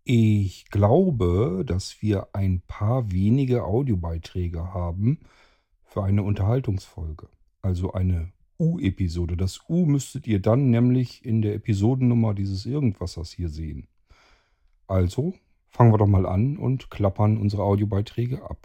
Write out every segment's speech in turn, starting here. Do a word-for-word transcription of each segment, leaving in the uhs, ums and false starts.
Ich glaube, dass wir ein paar wenige Audiobeiträge haben für eine Unterhaltungsfolge. Also eine U-Episode. Das U müsstet ihr dann nämlich in der Episodennummer dieses Irgendwassers hier sehen. Also fangen wir doch mal an und klappern unsere Audiobeiträge ab.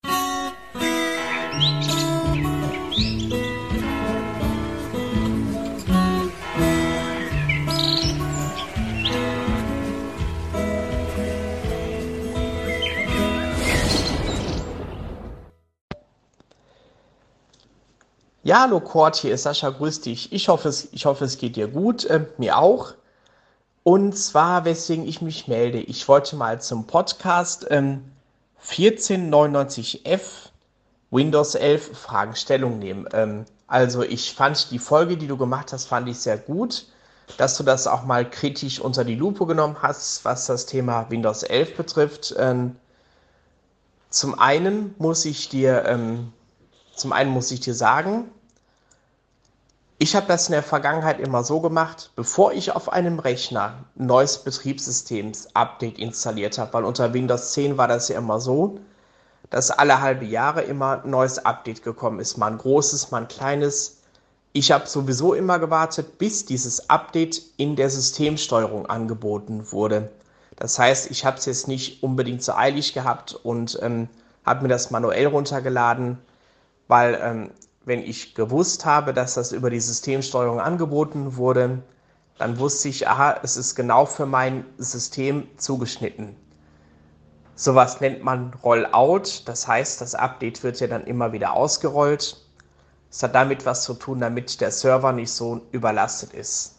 Ja, hallo Kurt, hier ist Sascha, grüß dich. Ich hoffe, es, ich hoffe, es geht dir gut, äh, mir auch. Und zwar, weswegen ich mich melde. Ich wollte mal zum Podcast ähm, vierzehn neunundneunzig F Windows elf Fragen Stellung nehmen. Ähm, also ich fand die Folge, die du gemacht hast, fand ich sehr gut, dass du das auch mal kritisch unter die Lupe genommen hast, was das Thema Windows elf betrifft. Ähm, zum einen muss ich dir, ähm, zum einen muss ich dir sagen, ich habe das in der Vergangenheit immer so gemacht, bevor ich auf einem Rechner ein neues Betriebssystems-Update installiert habe, weil unter Windows zehn war das ja immer so, dass alle halbe Jahre immer ein neues Update gekommen ist, mal ein großes, mal ein kleines. Ich habe sowieso immer gewartet, bis dieses Update in der Systemsteuerung angeboten wurde. Das heißt, ich habe es jetzt nicht unbedingt so eilig gehabt und ähm, habe mir das manuell runtergeladen, weil ähm, wenn ich gewusst habe, dass das über die Systemsteuerung angeboten wurde, dann wusste ich, aha, es ist genau für mein System zugeschnitten. Sowas nennt man Rollout, das heißt, das Update wird ja dann immer wieder ausgerollt. Es hat damit was zu tun, damit der Server nicht so überlastet ist.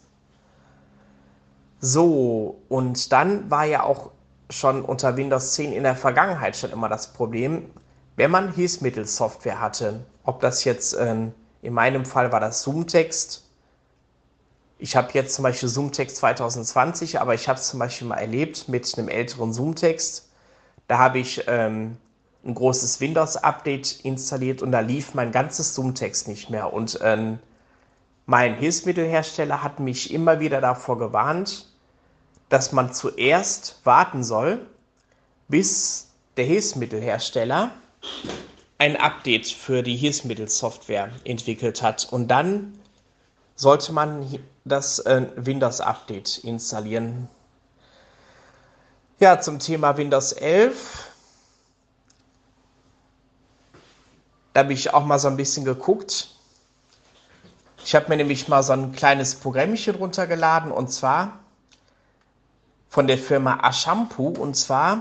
So, und dann war ja auch schon unter Windows zehn in der Vergangenheit schon immer das Problem, wenn man Hilfsmittelsoftware hatte, ob das jetzt, ähm, in meinem Fall war das ZoomText. Ich habe jetzt zum Beispiel ZoomText zwanzig zwanzig, aber ich habe es zum Beispiel mal erlebt mit einem älteren ZoomText. Da habe ich ähm, ein großes Windows-Update installiert und da lief mein ganzes ZoomText nicht mehr. Und ähm, mein Hilfsmittelhersteller hat mich immer wieder davor gewarnt, dass man zuerst warten soll, bis der Hilfsmittelhersteller ein Update für die Hilfsmittelsoftware entwickelt hat. Und dann sollte man das äh, Windows-Update installieren. Ja, zum Thema Windows elf. Da habe ich auch mal so ein bisschen geguckt. Ich habe mir nämlich mal so ein kleines Programmchen runtergeladen und zwar von der Firma Ashampoo. Und zwar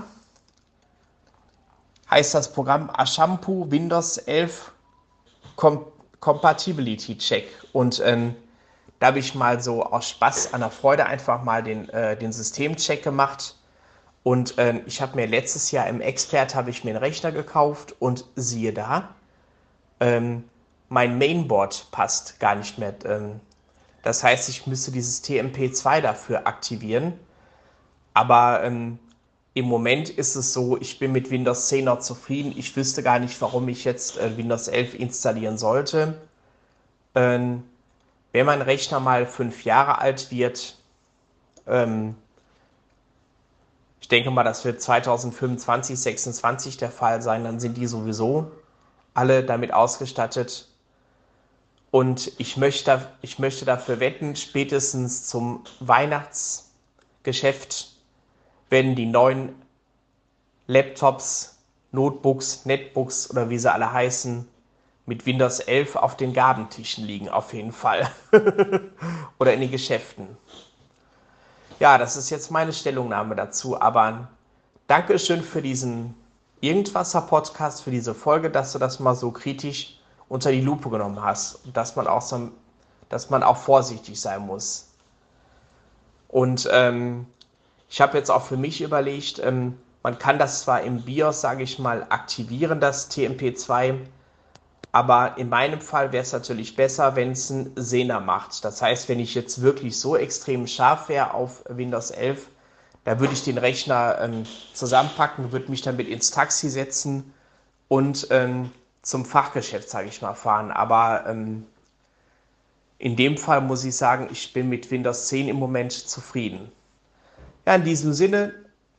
heißt das Programm Ashampoo Windows elf Com- Compatibility Check. Und ähm, da habe ich mal so aus Spaß an der Freude einfach mal den, äh, den Systemcheck gemacht. Und ähm, ich habe mir letztes Jahr im Expert habe ich mir einen Rechner gekauft und siehe da, ähm, mein Mainboard passt gar nicht mehr. Ähm, das heißt, ich müsste dieses T M P zwei dafür aktivieren. Aber ähm, im Moment ist es so, ich bin mit Windows zehn noch zufrieden. Ich wüsste gar nicht, warum ich jetzt äh, Windows elf installieren sollte. Ähm, wenn mein Rechner mal fünf Jahre alt wird, ähm, ich denke mal, das wird zwanzig fünfundzwanzig, sechsundzwanzig der Fall sein, dann sind die sowieso alle damit ausgestattet. Und ich möchte, ich möchte dafür wetten, spätestens zum Weihnachtsgeschäft werden die neuen Laptops, Notebooks, Netbooks oder wie sie alle heißen, mit Windows elf auf den Gabentischen liegen, auf jeden Fall. Oder in den Geschäften. Ja, das ist jetzt meine Stellungnahme dazu, aber Dankeschön für diesen Irgendwasser-Podcast, für diese Folge, dass du das mal so kritisch unter die Lupe genommen hast und dass man auch, so, dass man auch vorsichtig sein muss. Und ähm, ich habe jetzt auch für mich überlegt, ähm, man kann das zwar im BIOS, sage ich mal, aktivieren, das T M P zwei, aber in meinem Fall wäre es natürlich besser, wenn es ein Sena macht. Das heißt, wenn ich jetzt wirklich so extrem scharf wäre auf Windows elf, da würde ich den Rechner ähm, zusammenpacken, würde mich damit ins Taxi setzen und ähm, zum Fachgeschäft, sage ich mal, fahren. Aber ähm, in dem Fall muss ich sagen, ich bin mit Windows zehn im Moment zufrieden. Ja, in diesem Sinne,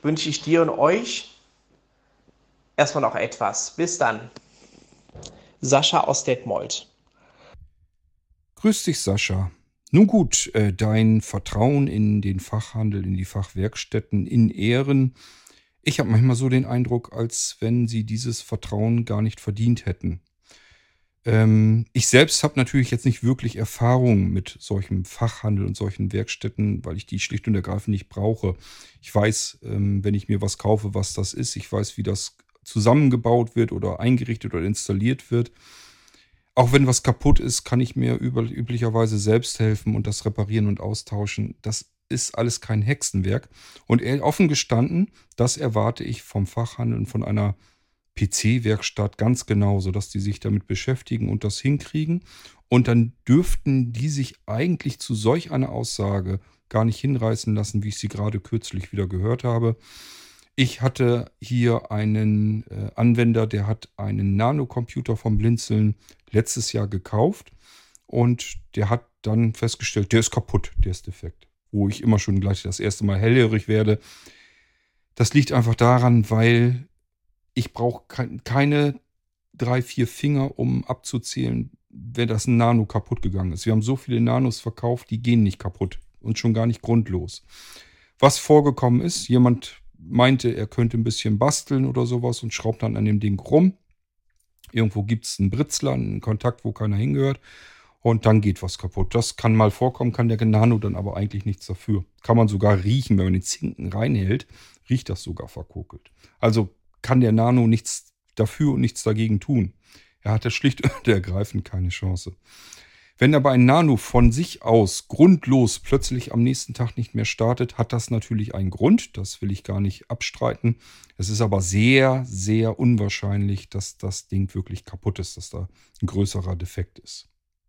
wünsche ich dir und euch erstmal noch etwas. Bis dann. Sascha aus Detmold. Grüß dich, Sascha. Nun gut, äh, dein Vertrauen in den Fachhandel, in die Fachwerkstätten in Ehren. Ich habe manchmal so den Eindruck, als wenn sie dieses Vertrauen gar nicht verdient hätten. Ähm, ich selbst habe natürlich jetzt nicht wirklich Erfahrung mit solchem Fachhandel und solchen Werkstätten, weil ich die schlicht und ergreifend nicht brauche. Ich weiß, ähm, wenn ich mir was kaufe, was das ist. Ich weiß, wie das zusammengebaut wird oder eingerichtet oder installiert wird. Auch wenn was kaputt ist, kann ich mir über, üblicherweise selbst helfen und das reparieren und austauschen. Das ist alles kein Hexenwerk. Und eher offen gestanden, das erwarte ich vom Fachhandel und von einer P C-Werkstatt ganz genauso, dass die sich damit beschäftigen und das hinkriegen. Und dann dürften die sich eigentlich zu solch einer Aussage gar nicht hinreißen lassen, wie ich sie gerade kürzlich wieder gehört habe. Ich hatte hier einen äh, Anwender, der hat einen Nanocomputer vom Blinzeln letztes Jahr gekauft und der hat dann festgestellt, der ist kaputt, der ist defekt. Wo ich immer schon gleich das erste Mal hellhörig werde. Das liegt einfach daran, weil ich brauche keine drei, vier Finger, um abzuzählen, wenn das ein Nano kaputt gegangen ist. Wir haben so viele Nanos verkauft, die gehen nicht kaputt und schon gar nicht grundlos. Was vorgekommen ist, jemand meinte, er könnte ein bisschen basteln oder sowas und schraubt dann an dem Ding rum. Irgendwo gibt es einen Britzler, einen Kontakt, wo keiner hingehört. Und dann geht was kaputt. Das kann mal vorkommen, kann der Nano dann aber eigentlich nichts dafür. Kann man sogar riechen, wenn man den Zinken reinhält, riecht das sogar verkokelt. Also kann der Nano nichts dafür und nichts dagegen tun. Er hatte schlicht und ergreifend keine Chance. Wenn aber ein Nano von sich aus grundlos plötzlich am nächsten Tag nicht mehr startet, hat das natürlich einen Grund. Das will ich gar nicht abstreiten. Es ist aber sehr, sehr unwahrscheinlich, dass das Ding wirklich kaputt ist, dass da ein größerer Defekt ist.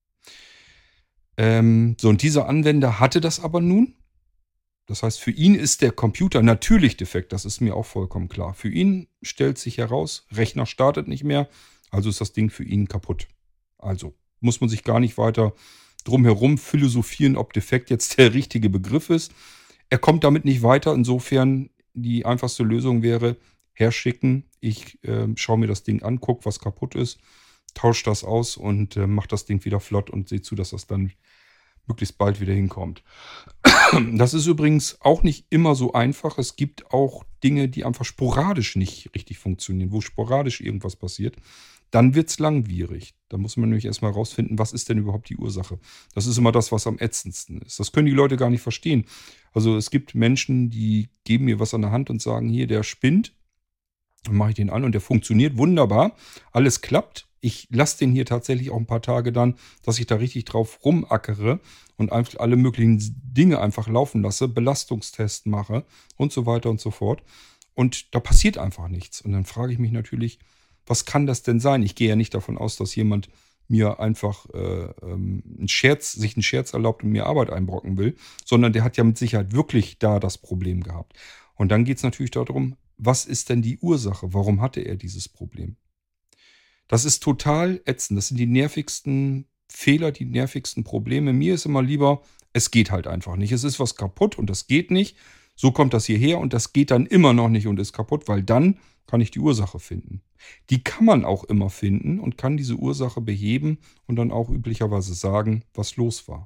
Ähm, so, und dieser Anwender hatte das aber nun. Das heißt, für ihn ist der Computer natürlich defekt. Das ist mir auch vollkommen klar. Für ihn stellt sich heraus, Rechner startet nicht mehr, also ist das Ding für ihn kaputt. Also muss man sich gar nicht weiter drum herum philosophieren, ob defekt jetzt der richtige Begriff ist. Er kommt damit nicht weiter. Insofern die einfachste Lösung wäre, herschicken. Ich äh, schaue mir das Ding an, gucke, was kaputt ist, tausche das aus und äh, mache das Ding wieder flott und sehe zu, dass das dann möglichst bald wieder hinkommt. Das ist übrigens auch nicht immer so einfach. Es gibt auch Dinge, die einfach sporadisch nicht richtig funktionieren, wo sporadisch irgendwas passiert. Dann wird es langwierig. Da muss man nämlich erstmal rausfinden, was ist denn überhaupt die Ursache. Das ist immer das, was am ätzendsten ist. Das können die Leute gar nicht verstehen. Also es gibt Menschen, die geben mir was an der Hand und sagen, hier, der spinnt. Dann mache ich den an und der funktioniert wunderbar. Alles klappt. Ich lasse den hier tatsächlich auch ein paar Tage dann, dass ich da richtig drauf rumackere und einfach alle möglichen Dinge einfach laufen lasse, Belastungstest mache und so weiter und so fort. Und da passiert einfach nichts. Und dann frage ich mich natürlich, was kann das denn sein? Ich gehe ja nicht davon aus, dass jemand mir einfach äh, ähm, einen Scherz, sich einen Scherz erlaubt und mir Arbeit einbrocken will, sondern der hat ja mit Sicherheit wirklich da das Problem gehabt. Und dann geht es natürlich darum, was ist denn die Ursache? Warum hatte er dieses Problem? Das ist total ätzend. Das sind die nervigsten Fehler, die nervigsten Probleme. Mir ist immer lieber, es geht halt einfach nicht. Es ist was kaputt und das geht nicht. So kommt das hierher und das geht dann immer noch nicht und ist kaputt, weil dann kann ich die Ursache finden. Die kann man auch immer finden und kann diese Ursache beheben und dann auch üblicherweise sagen, was los war.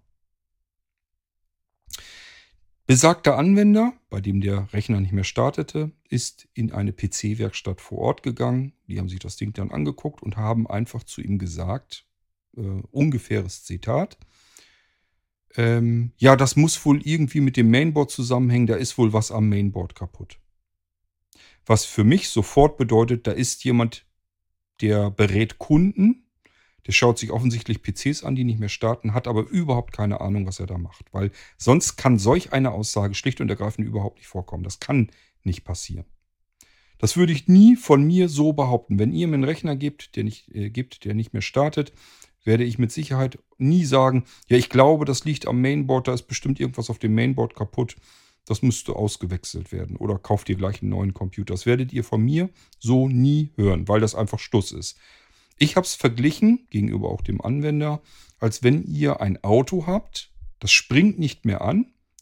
Besagter Anwender, bei dem der Rechner nicht mehr startete, ist in eine P C-Werkstatt vor Ort gegangen. Die haben sich das Ding dann angeguckt und haben einfach zu ihm gesagt, äh, ungefähres Zitat, ähm, ja, das muss wohl irgendwie mit dem Mainboard zusammenhängen, da ist wohl was am Mainboard kaputt. Was für mich sofort bedeutet, da ist jemand, der berät Kunden, der schaut sich offensichtlich P Cs an, die nicht mehr starten, hat aber überhaupt keine Ahnung, was er da macht. Weil sonst kann solch eine Aussage schlicht und ergreifend überhaupt nicht vorkommen. Das kann nicht passieren. Das würde ich nie von mir so behaupten. Wenn ihr mir einen Rechner gebt, der nicht, äh, gibt, der nicht mehr startet, werde ich mit Sicherheit nie sagen, ja, ich glaube, das liegt am Mainboard, da ist bestimmt irgendwas auf dem Mainboard kaputt. Das müsste ausgewechselt werden oder kauft ihr gleich einen neuen Computer. Das werdet ihr von mir so nie hören, weil das einfach Stuss ist. Ich habe es verglichen, gegenüber auch dem Anwender, als wenn ihr ein Auto habt, das springt nicht mehr an.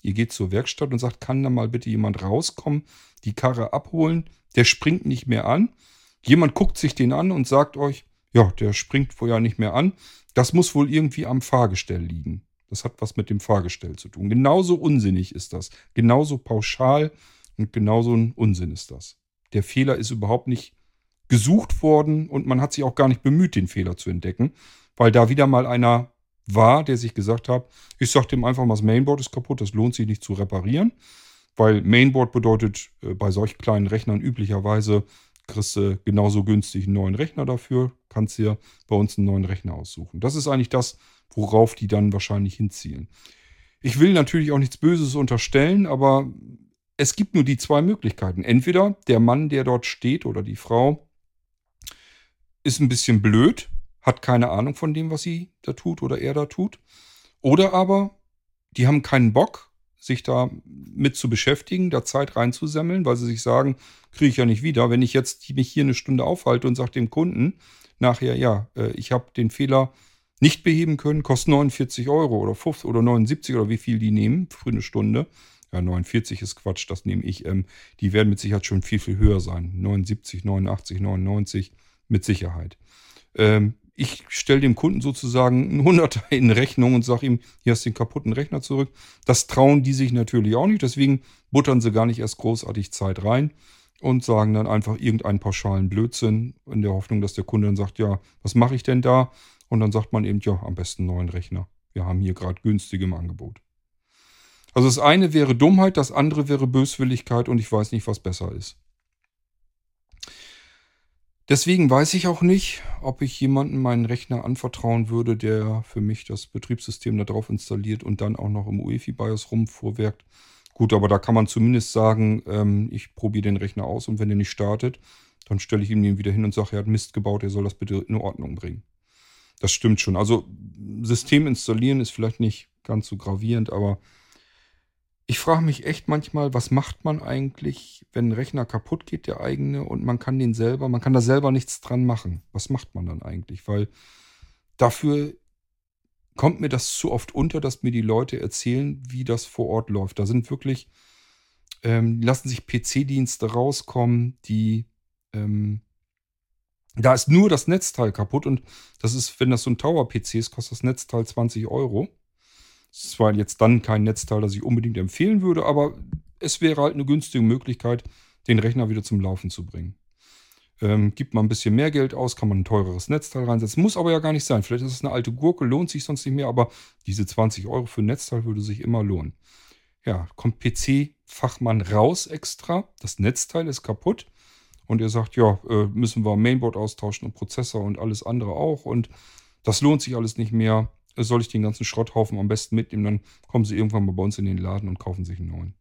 Ihr geht zur Werkstatt und sagt, kann da mal bitte jemand rauskommen, die Karre abholen? Der springt nicht mehr an. Jemand guckt sich den an und sagt euch, ja, der springt wohl ja nicht mehr an. Das muss wohl irgendwie am Fahrgestell liegen. Das hat was mit dem Fahrgestell zu tun. Genauso unsinnig ist das. Genauso pauschal und genauso ein Unsinn ist das. Der Fehler ist überhaupt nicht gesucht worden und man hat sich auch gar nicht bemüht, den Fehler zu entdecken, weil da wieder mal einer war, der sich gesagt hat, ich sag dem einfach mal, das Mainboard ist kaputt, das lohnt sich nicht zu reparieren, weil Mainboard bedeutet äh, bei solch kleinen Rechnern üblicherweise, kriegst du genauso günstig einen neuen Rechner dafür, kannst dir bei uns einen neuen Rechner aussuchen. Das ist eigentlich das, worauf die dann wahrscheinlich hinzielen. Ich will natürlich auch nichts Böses unterstellen, aber es gibt nur die zwei Möglichkeiten. Entweder der Mann, der dort steht, oder die Frau ist ein bisschen blöd, hat keine Ahnung von dem, was sie da tut oder er da tut. Oder aber die haben keinen Bock, sich da mit zu beschäftigen, da Zeit reinzusammeln, weil sie sich sagen, kriege ich ja nicht wieder. Wenn ich jetzt mich hier eine Stunde aufhalte und sage dem Kunden nachher, ja, äh, ich habe den Fehler nicht beheben können, kostet neunundvierzig Euro oder fünfzig oder neunundsiebzig oder wie viel die nehmen für eine Stunde. Ja, neunundvierzig ist Quatsch, das nehme ich. Ähm, die werden mit Sicherheit schon viel, viel höher sein. neunundsiebzig, neunundachtzig, neunundneunzig mit Sicherheit. Ähm, ich stelle dem Kunden sozusagen einen Hunderter in Rechnung und sage ihm, hier hast du den kaputten Rechner zurück. Das trauen die sich natürlich auch nicht. Deswegen buttern sie gar nicht erst großartig Zeit rein und sagen dann einfach irgendeinen pauschalen Blödsinn in der Hoffnung, dass der Kunde dann sagt, ja, was mache ich denn da? Und dann sagt man eben, ja, am besten einen neuen Rechner. Wir haben hier gerade günstig im Angebot. Also das eine wäre Dummheit, das andere wäre Böswilligkeit und ich weiß nicht, was besser ist. Deswegen weiß ich auch nicht, ob ich jemandem meinen Rechner anvertrauen würde, der für mich das Betriebssystem da drauf installiert und dann auch noch im U E F I-BIOS rumfuhrwerkt. Gut, aber da kann man zumindest sagen, ähm, ich probiere den Rechner aus und wenn der nicht startet, dann stelle ich ihm den wieder hin und sage, er hat Mist gebaut, er soll das bitte in Ordnung bringen. Das stimmt schon. Also System installieren ist vielleicht nicht ganz so gravierend, aber ich frage mich echt manchmal, was macht man eigentlich, wenn ein Rechner kaputt geht, der eigene, und man kann den selber, man kann da selber nichts dran machen. Was macht man dann eigentlich? Weil dafür kommt mir das zu oft unter, dass mir die Leute erzählen, wie das vor Ort läuft. Da sind wirklich, ähm, lassen sich P C-Dienste rauskommen, die, ähm, da ist nur das Netzteil kaputt und das ist, wenn das so ein Tower-P C ist, kostet das Netzteil zwanzig Euro. Das ist zwar jetzt dann kein Netzteil, das ich unbedingt empfehlen würde, aber es wäre halt eine günstige Möglichkeit, den Rechner wieder zum Laufen zu bringen. Ähm, gibt man ein bisschen mehr Geld aus, kann man ein teureres Netzteil reinsetzen. Muss aber ja gar nicht sein. Vielleicht ist es eine alte Gurke, lohnt sich sonst nicht mehr, aber diese zwanzig Euro für ein Netzteil würde sich immer lohnen. Ja, kommt P C-Fachmann raus extra, das Netzteil ist kaputt und er sagt, ja, äh, müssen wir Mainboard austauschen und Prozessor und alles andere auch und das lohnt sich alles nicht mehr. Soll ich den ganzen Schrotthaufen am besten mitnehmen, dann kommen sie irgendwann mal bei uns in den Laden und kaufen sich einen neuen.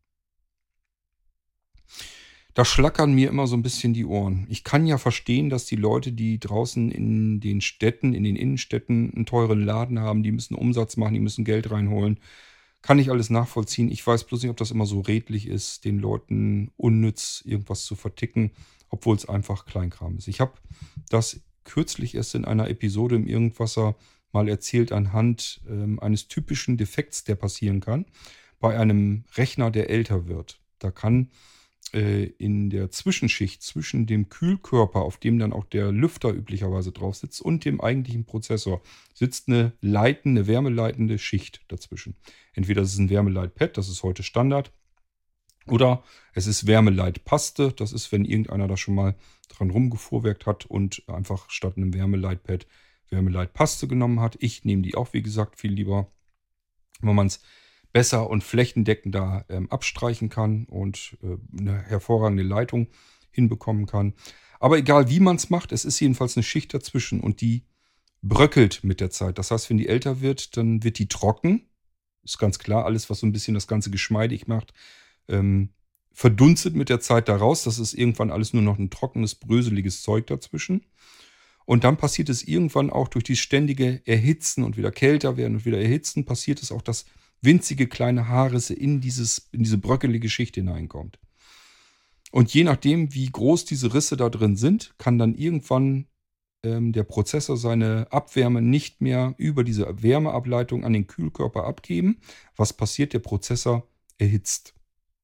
Da schlackern mir immer so ein bisschen die Ohren. Ich kann ja verstehen, dass die Leute, die draußen in den Städten, in den Innenstädten einen teuren Laden haben, die müssen Umsatz machen, die müssen Geld reinholen. Kann ich alles nachvollziehen. Ich weiß bloß nicht, ob das immer so redlich ist, den Leuten unnütz irgendwas zu verticken, obwohl es einfach Kleinkram ist. Ich habe das kürzlich erst in einer Episode im Irgendwasser mal erzählt anhand ähm, eines typischen Defekts, der passieren kann, bei einem Rechner, der älter wird. Da kann äh, in der Zwischenschicht zwischen dem Kühlkörper, auf dem dann auch der Lüfter üblicherweise drauf sitzt, und dem eigentlichen Prozessor, sitzt eine leitende, wärmeleitende Schicht dazwischen. Entweder es ist ein Wärmeleitpad, das ist heute Standard, oder es ist Wärmeleitpaste, das ist, wenn irgendeiner da schon mal dran rumgefuhrwerkt hat und einfach statt einem Wärmeleitpad Wärmeleitpaste genommen hat. Ich nehme die auch, wie gesagt, viel lieber, wenn man es besser und flächendeckender ähm, abstreichen kann und äh, eine hervorragende Leitung hinbekommen kann. Aber egal, wie man es macht, es ist jedenfalls eine Schicht dazwischen und die bröckelt mit der Zeit. Das heißt, wenn die älter wird, dann wird die trocken. Ist ganz klar, alles, was so ein bisschen das Ganze geschmeidig macht, ähm, verdunstet mit der Zeit daraus. Das ist irgendwann alles nur noch ein trockenes, bröseliges Zeug dazwischen. Und dann passiert es irgendwann auch durch die ständige Erhitzen und wieder kälter werden und wieder erhitzen, passiert es auch, dass winzige kleine Haarrisse in, dieses, in diese bröckelige Schicht hineinkommt. Und je nachdem, wie groß diese Risse da drin sind, kann dann irgendwann ähm, der Prozessor seine Abwärme nicht mehr über diese Wärmeableitung an den Kühlkörper abgeben. Was passiert? Der Prozessor erhitzt.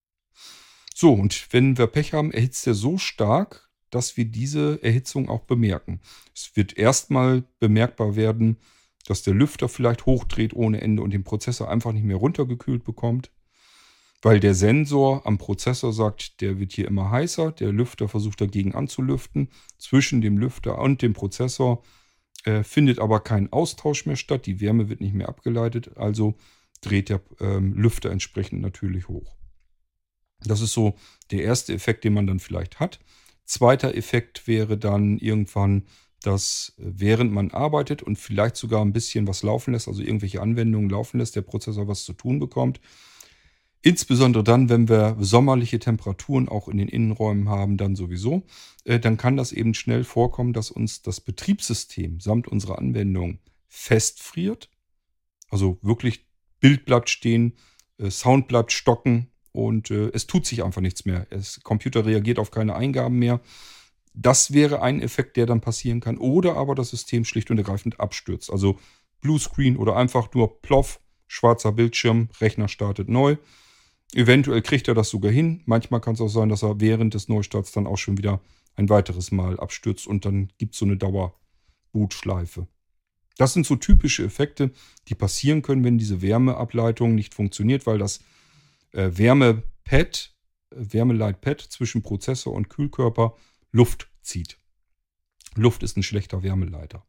So, und wenn wir Pech haben, erhitzt er so stark, dass wir diese Erhitzung auch bemerken. Es wird erstmal bemerkbar werden, dass der Lüfter vielleicht hochdreht ohne Ende und den Prozessor einfach nicht mehr runtergekühlt bekommt, weil der Sensor am Prozessor sagt, der wird hier immer heißer, der Lüfter versucht dagegen anzulüften. Zwischen dem Lüfter und dem Prozessor äh, findet aber kein Austausch mehr statt, die Wärme wird nicht mehr abgeleitet, also dreht der ähm, Lüfter entsprechend natürlich hoch. Das ist so der erste Effekt, den man dann vielleicht hat. Zweiter Effekt wäre dann irgendwann, dass äh, während man arbeitet und vielleicht sogar ein bisschen was laufen lässt, also irgendwelche Anwendungen laufen lässt, der Prozessor was zu tun bekommt. Insbesondere dann, wenn wir sommerliche Temperaturen auch in den Innenräumen haben, dann sowieso, äh, dann kann das eben schnell vorkommen, dass uns das Betriebssystem samt unserer Anwendung festfriert. Also wirklich Bild bleibt stehen, äh, Sound bleibt stocken und äh, es tut sich einfach nichts mehr. Der Computer reagiert auf keine Eingaben mehr. Das wäre ein Effekt, der dann passieren kann. Oder aber das System schlicht und ergreifend abstürzt. Also Bluescreen oder einfach nur ploff, schwarzer Bildschirm, Rechner startet neu. Eventuell kriegt er das sogar hin. Manchmal kann es auch sein, dass er während des Neustarts dann auch schon wieder ein weiteres Mal abstürzt und dann gibt es so eine Dauerbootschleife. Das sind so typische Effekte, die passieren können, wenn diese Wärmeableitung nicht funktioniert, weil das äh, Wärmepad, äh, Wärmeleitpad zwischen Prozessor und Kühlkörper Luft zieht. Luft ist ein schlechter Wärmeleiter.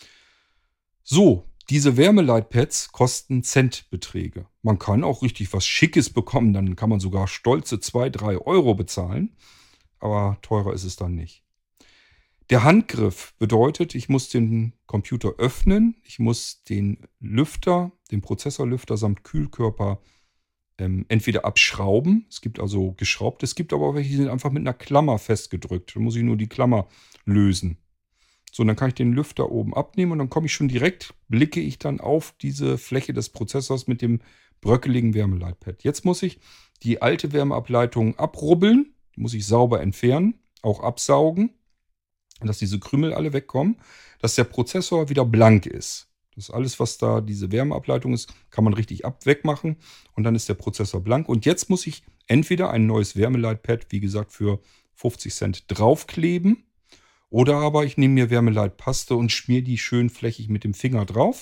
So, diese Wärmeleitpads kosten Centbeträge. Man kann auch richtig was Schickes bekommen, dann kann man sogar stolze zwei, drei Euro bezahlen, aber teurer ist es dann nicht. Der Handgriff bedeutet, ich muss den Computer öffnen, ich muss den Lüfter, den Prozessorlüfter samt Kühlkörper ähm, entweder abschrauben, es gibt also geschraubte, es gibt aber auch welche, die sind einfach mit einer Klammer festgedrückt, da muss ich nur die Klammer lösen. So, dann kann ich den Lüfter oben abnehmen und dann komme ich schon direkt, blicke ich dann auf diese Fläche des Prozessors mit dem bröckeligen Wärmeleitpad. Jetzt muss ich die alte Wärmeableitung abrubbeln, die muss ich sauber entfernen, auch absaugen, dass diese Krümel alle wegkommen, dass der Prozessor wieder blank ist. Das ist alles, was da diese Wärmeableitung ist, kann man richtig ab wegmachen und dann ist der Prozessor blank. Und jetzt muss ich entweder ein neues Wärmeleitpad, wie gesagt, für fünfzig Cent draufkleben. Oder aber ich nehme mir Wärmeleitpaste und schmiere die schön flächig mit dem Finger drauf.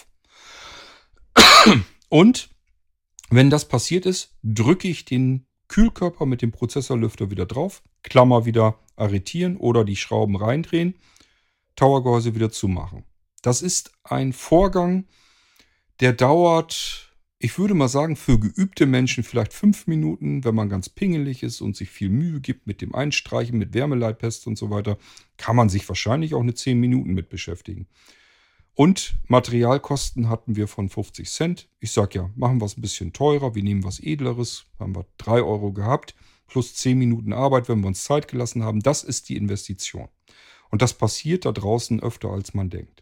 Und wenn das passiert ist, drücke ich den Kühlkörper mit dem Prozessorlüfter wieder drauf, Klammer wieder arretieren oder die Schrauben reindrehen, Towergehäuse wieder zumachen. Das ist ein Vorgang, der dauert, ich würde mal sagen, für geübte Menschen vielleicht fünf Minuten, wenn man ganz pingelig ist und sich viel Mühe gibt mit dem Einstreichen, mit Wärmeleitpaste und so weiter, kann man sich wahrscheinlich auch eine zehn Minuten mit beschäftigen. Und Materialkosten hatten wir von fünfzig Cent. Ich sage ja, machen wir es ein bisschen teurer, wir nehmen was Edleres, haben wir drei Euro gehabt, plus zehn Minuten Arbeit, wenn wir uns Zeit gelassen haben. Das ist die Investition. Und das passiert da draußen öfter, als man denkt.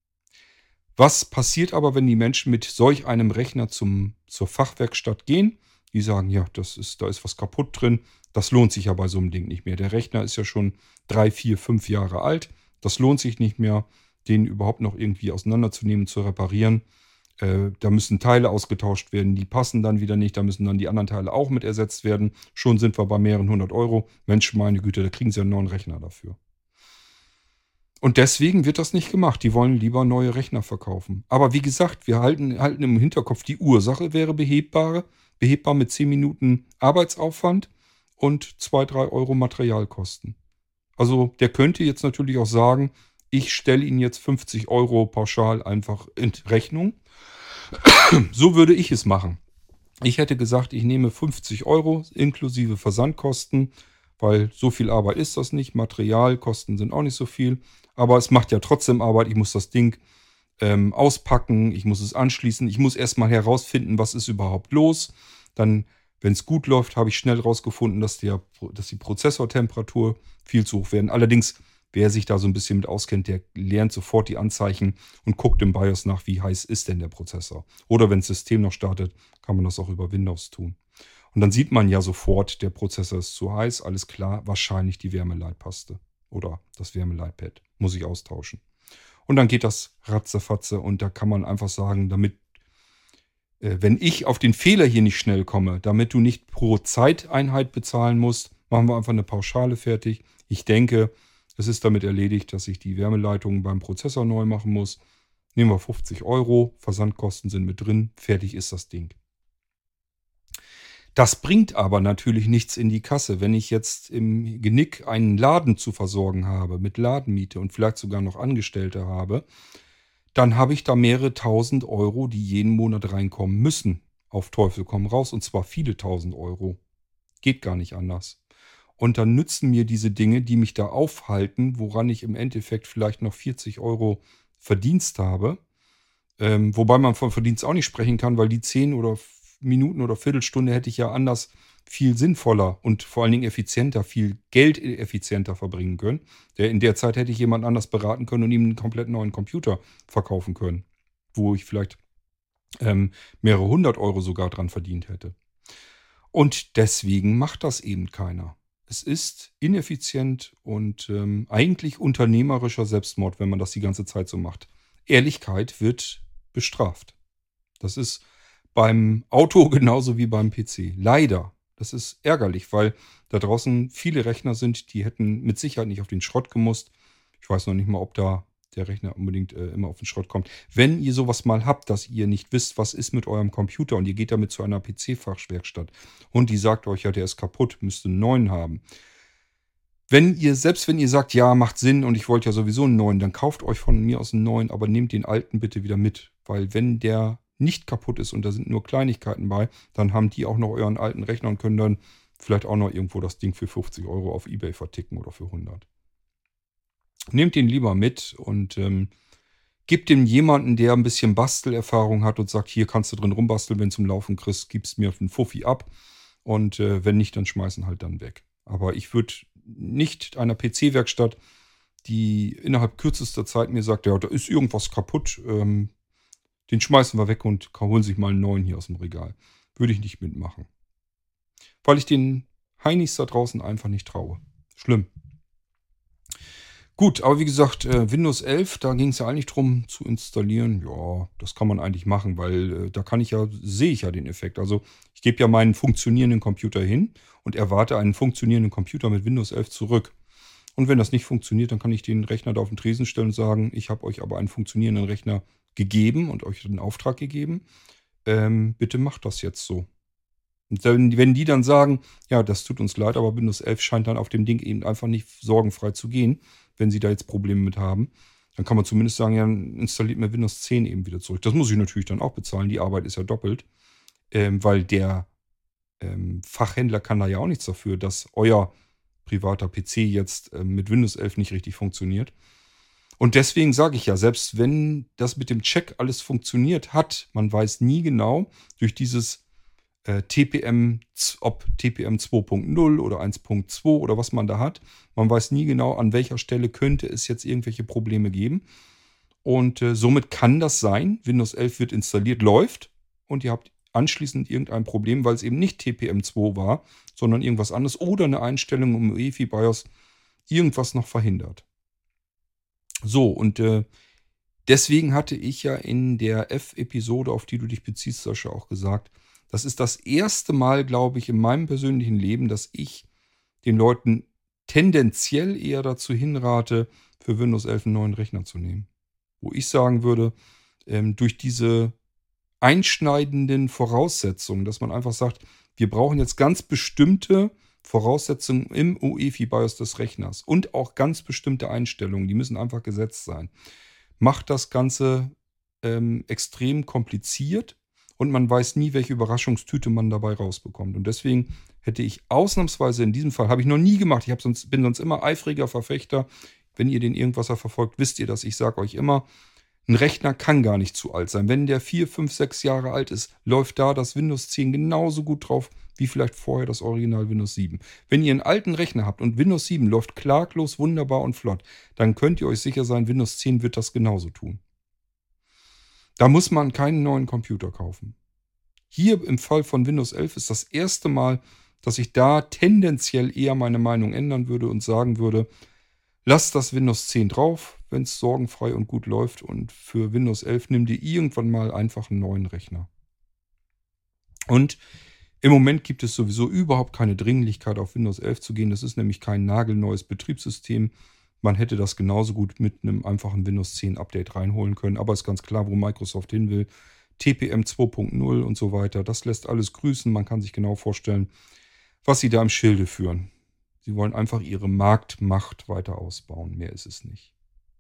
Was passiert aber, wenn die Menschen mit solch einem Rechner zum, zur Fachwerkstatt gehen? Die sagen, ja, das ist, da ist was kaputt drin. Das lohnt sich ja bei so einem Ding nicht mehr. Der Rechner ist ja schon drei, vier, fünf Jahre alt. Das lohnt sich nicht mehr, den überhaupt noch irgendwie auseinanderzunehmen, zu reparieren. Äh, da müssen Teile ausgetauscht werden, die passen dann wieder nicht. Da müssen dann die anderen Teile auch mit ersetzt werden. Schon sind wir bei mehreren hundert Euro. Mensch, meine Güte, da kriegen sie einen neuen Rechner dafür. Und deswegen wird das nicht gemacht. Die wollen lieber neue Rechner verkaufen. Aber wie gesagt, wir halten, halten im Hinterkopf, die Ursache wäre behebbar, behebbar mit zehn Minuten Arbeitsaufwand und zwei, drei Euro Materialkosten. Also der könnte jetzt natürlich auch sagen, ich stelle Ihnen jetzt fünfzig Euro pauschal einfach in Rechnung. So würde ich es machen. Ich hätte gesagt, ich nehme fünfzig Euro inklusive Versandkosten, weil so viel Arbeit ist das nicht. Materialkosten sind auch nicht so viel. Aber es macht ja trotzdem Arbeit. Ich muss das Ding ähm, auspacken, ich muss es anschließen. Ich muss erstmal herausfinden, was ist überhaupt los. Dann, wenn es gut läuft, habe ich schnell herausgefunden, dass, der, dass die Prozessortemperatur viel zu hoch werden. Allerdings, wer sich da so ein bisschen mit auskennt, der lernt sofort die Anzeichen und guckt im BIOS nach, wie heiß ist denn der Prozessor. Oder wenn das System noch startet, kann man das auch über Windows tun. Und dann sieht man ja sofort, der Prozessor ist zu heiß, alles klar, wahrscheinlich die Wärmeleitpaste oder das Wärmeleitpad muss ich austauschen. Und dann geht das ratzefatze und da kann man einfach sagen, damit äh, wenn ich auf den Fehler hier nicht schnell komme, damit du nicht pro Zeiteinheit bezahlen musst, machen wir einfach eine Pauschale fertig. Ich denke, es ist damit erledigt, dass ich die Wärmeleitung beim Prozessor neu machen muss. Nehmen wir fünfzig Euro, Versandkosten sind mit drin, fertig ist das Ding. Das bringt aber natürlich nichts in die Kasse, wenn ich jetzt im Genick einen Laden zu versorgen habe, mit Ladenmiete und vielleicht sogar noch Angestellte habe, dann habe ich da mehrere tausend Euro, die jeden Monat reinkommen müssen. Auf Teufel komm raus, und zwar viele tausend Euro. Geht gar nicht anders. Und dann nützen mir diese Dinge, die mich da aufhalten, woran ich im Endeffekt vielleicht noch vierzig Euro Verdienst habe. Ähm, wobei man von Verdienst auch nicht sprechen kann, weil die zehn oder Minuten oder Viertelstunde hätte ich ja anders viel sinnvoller und vor allen Dingen effizienter, viel Geld effizienter verbringen können. Der, in der Zeit hätte ich jemand anders beraten können und ihm einen komplett neuen Computer verkaufen können, wo ich vielleicht ähm, mehrere hundert Euro sogar dran verdient hätte. Und deswegen macht das eben keiner. Es ist ineffizient und ähm, eigentlich unternehmerischer Selbstmord, wenn man das die ganze Zeit so macht. Ehrlichkeit wird bestraft. Das ist beim Auto genauso wie beim P C. Leider. Das ist ärgerlich, weil da draußen viele Rechner sind, die hätten mit Sicherheit nicht auf den Schrott gemusst. Ich weiß noch nicht mal, ob da der Rechner unbedingt äh, immer auf den Schrott kommt. Wenn ihr sowas mal habt, dass ihr nicht wisst, was ist mit eurem Computer und ihr geht damit zu einer P C-Fachwerkstatt und die sagt euch, ja, der ist kaputt, müsst einen neuen haben. Wenn ihr, selbst wenn ihr sagt, ja, macht Sinn und ich wollte ja sowieso einen neuen, dann kauft euch von mir aus einen neuen, aber nehmt den alten bitte wieder mit. Weil wenn der nicht kaputt ist und da sind nur Kleinigkeiten bei, dann haben die auch noch euren alten Rechner und können dann vielleicht auch noch irgendwo das Ding für fünfzig Euro auf eBay verticken oder für hundert. Nehmt den lieber mit und ähm, gebt dem jemanden, der ein bisschen Bastelerfahrung hat und sagt, hier kannst du drin rumbasteln, wenn du zum Laufen kriegst, gibst mir einen Fuffi ab und äh, wenn nicht, dann schmeißen halt dann weg. Aber ich würde nicht einer P C-Werkstatt, die innerhalb kürzester Zeit mir sagt, ja, da ist irgendwas kaputt, ähm, den schmeißen wir weg und holen sich mal einen neuen hier aus dem Regal. Würde ich nicht mitmachen. Weil ich den Heinis da draußen einfach nicht traue. Schlimm. Gut, aber wie gesagt, äh, Windows elf, da ging es ja eigentlich drum zu installieren. Ja, das kann man eigentlich machen, weil äh, da kann ich ja, sehe ich ja den Effekt. Also ich gebe ja meinen funktionierenden Computer hin und erwarte einen funktionierenden Computer mit Windows elf zurück. Und wenn das nicht funktioniert, dann kann ich den Rechner da auf den Tresen stellen und sagen, ich habe euch aber einen funktionierenden Rechner gegeben und euch den Auftrag gegeben. Ähm, bitte macht das jetzt so. Und dann, wenn die dann sagen, ja, das tut uns leid, aber Windows elf scheint dann auf dem Ding eben einfach nicht sorgenfrei zu gehen, wenn sie da jetzt Probleme mit haben, dann kann man zumindest sagen, ja, installiert mir Windows zehn eben wieder zurück. Das muss ich natürlich dann auch bezahlen. Die Arbeit ist ja doppelt, ähm, weil der ähm, Fachhändler kann da ja auch nichts dafür, dass euer privater P C jetzt ähm, mit Windows elf nicht richtig funktioniert. Und deswegen sage ich ja, selbst wenn das mit dem Check alles funktioniert hat, man weiß nie genau durch dieses äh, T P M, ob T P M zwei Punkt null oder eins Punkt zwei oder was man da hat. Man weiß nie genau, an welcher Stelle könnte es jetzt irgendwelche Probleme geben. Und äh, somit kann das sein, Windows elf wird installiert, läuft und ihr habt anschließend irgendein Problem, weil es eben nicht T P M zwei war, sondern irgendwas anderes oder eine Einstellung im U E F I BIOS irgendwas noch verhindert. So, und äh, deswegen hatte ich ja in der F-Episode, auf die du dich beziehst, Sascha, auch gesagt, das ist das erste Mal, glaube ich, in meinem persönlichen Leben, dass ich den Leuten tendenziell eher dazu hinrate, für Windows elf einen neuen Rechner zu nehmen. Wo ich sagen würde, ähm, durch diese einschneidenden Voraussetzungen, dass man einfach sagt, wir brauchen jetzt ganz bestimmte Voraussetzungen im U E F I BIOS des Rechners und auch ganz bestimmte Einstellungen, die müssen einfach gesetzt sein. Macht das Ganze ähm, extrem kompliziert und man weiß nie, welche Überraschungstüte man dabei rausbekommt. Und deswegen hätte ich ausnahmsweise in diesem Fall, habe ich noch nie gemacht, ich hab sonst, bin sonst immer eifriger Verfechter. Wenn ihr den Irgendwasser verfolgt, wisst ihr das. Ich sage euch immer, ein Rechner kann gar nicht zu alt sein. Wenn der vier, fünf, sechs Jahre alt ist, läuft da das Windows zehn genauso gut drauf, wie vielleicht vorher das Original Windows sieben. Wenn ihr einen alten Rechner habt und Windows sieben läuft klaglos, wunderbar und flott, dann könnt ihr euch sicher sein, Windows zehn wird das genauso tun. Da muss man keinen neuen Computer kaufen. Hier im Fall von Windows elf ist das erste Mal, dass ich da tendenziell eher meine Meinung ändern würde und sagen würde, lasst das Windows zehn drauf, wenn es sorgenfrei und gut läuft, und für Windows elf nimm dir irgendwann mal einfach einen neuen Rechner. Und im Moment gibt es sowieso überhaupt keine Dringlichkeit, auf Windows elf zu gehen. Das ist nämlich kein nagelneues Betriebssystem. Man hätte das genauso gut mit einem einfachen Windows zehn Update reinholen können. Aber ist ganz klar, wo Microsoft hin will. T P M zwei Punkt null und so weiter. Das lässt alles grüßen. Man kann sich genau vorstellen, was sie da im Schilde führen. Sie wollen einfach ihre Marktmacht weiter ausbauen. Mehr ist es nicht.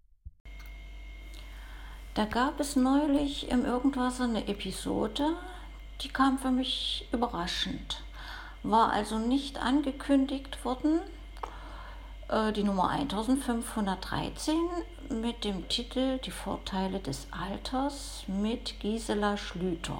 Da gab es neulich im Irgendwas eine Episode, die kam für mich überraschend. War also nicht angekündigt worden. Äh, die Nummer eintausendfünfhundertdreizehn mit dem Titel Die Vorteile des Alters mit Gisela Schlüter.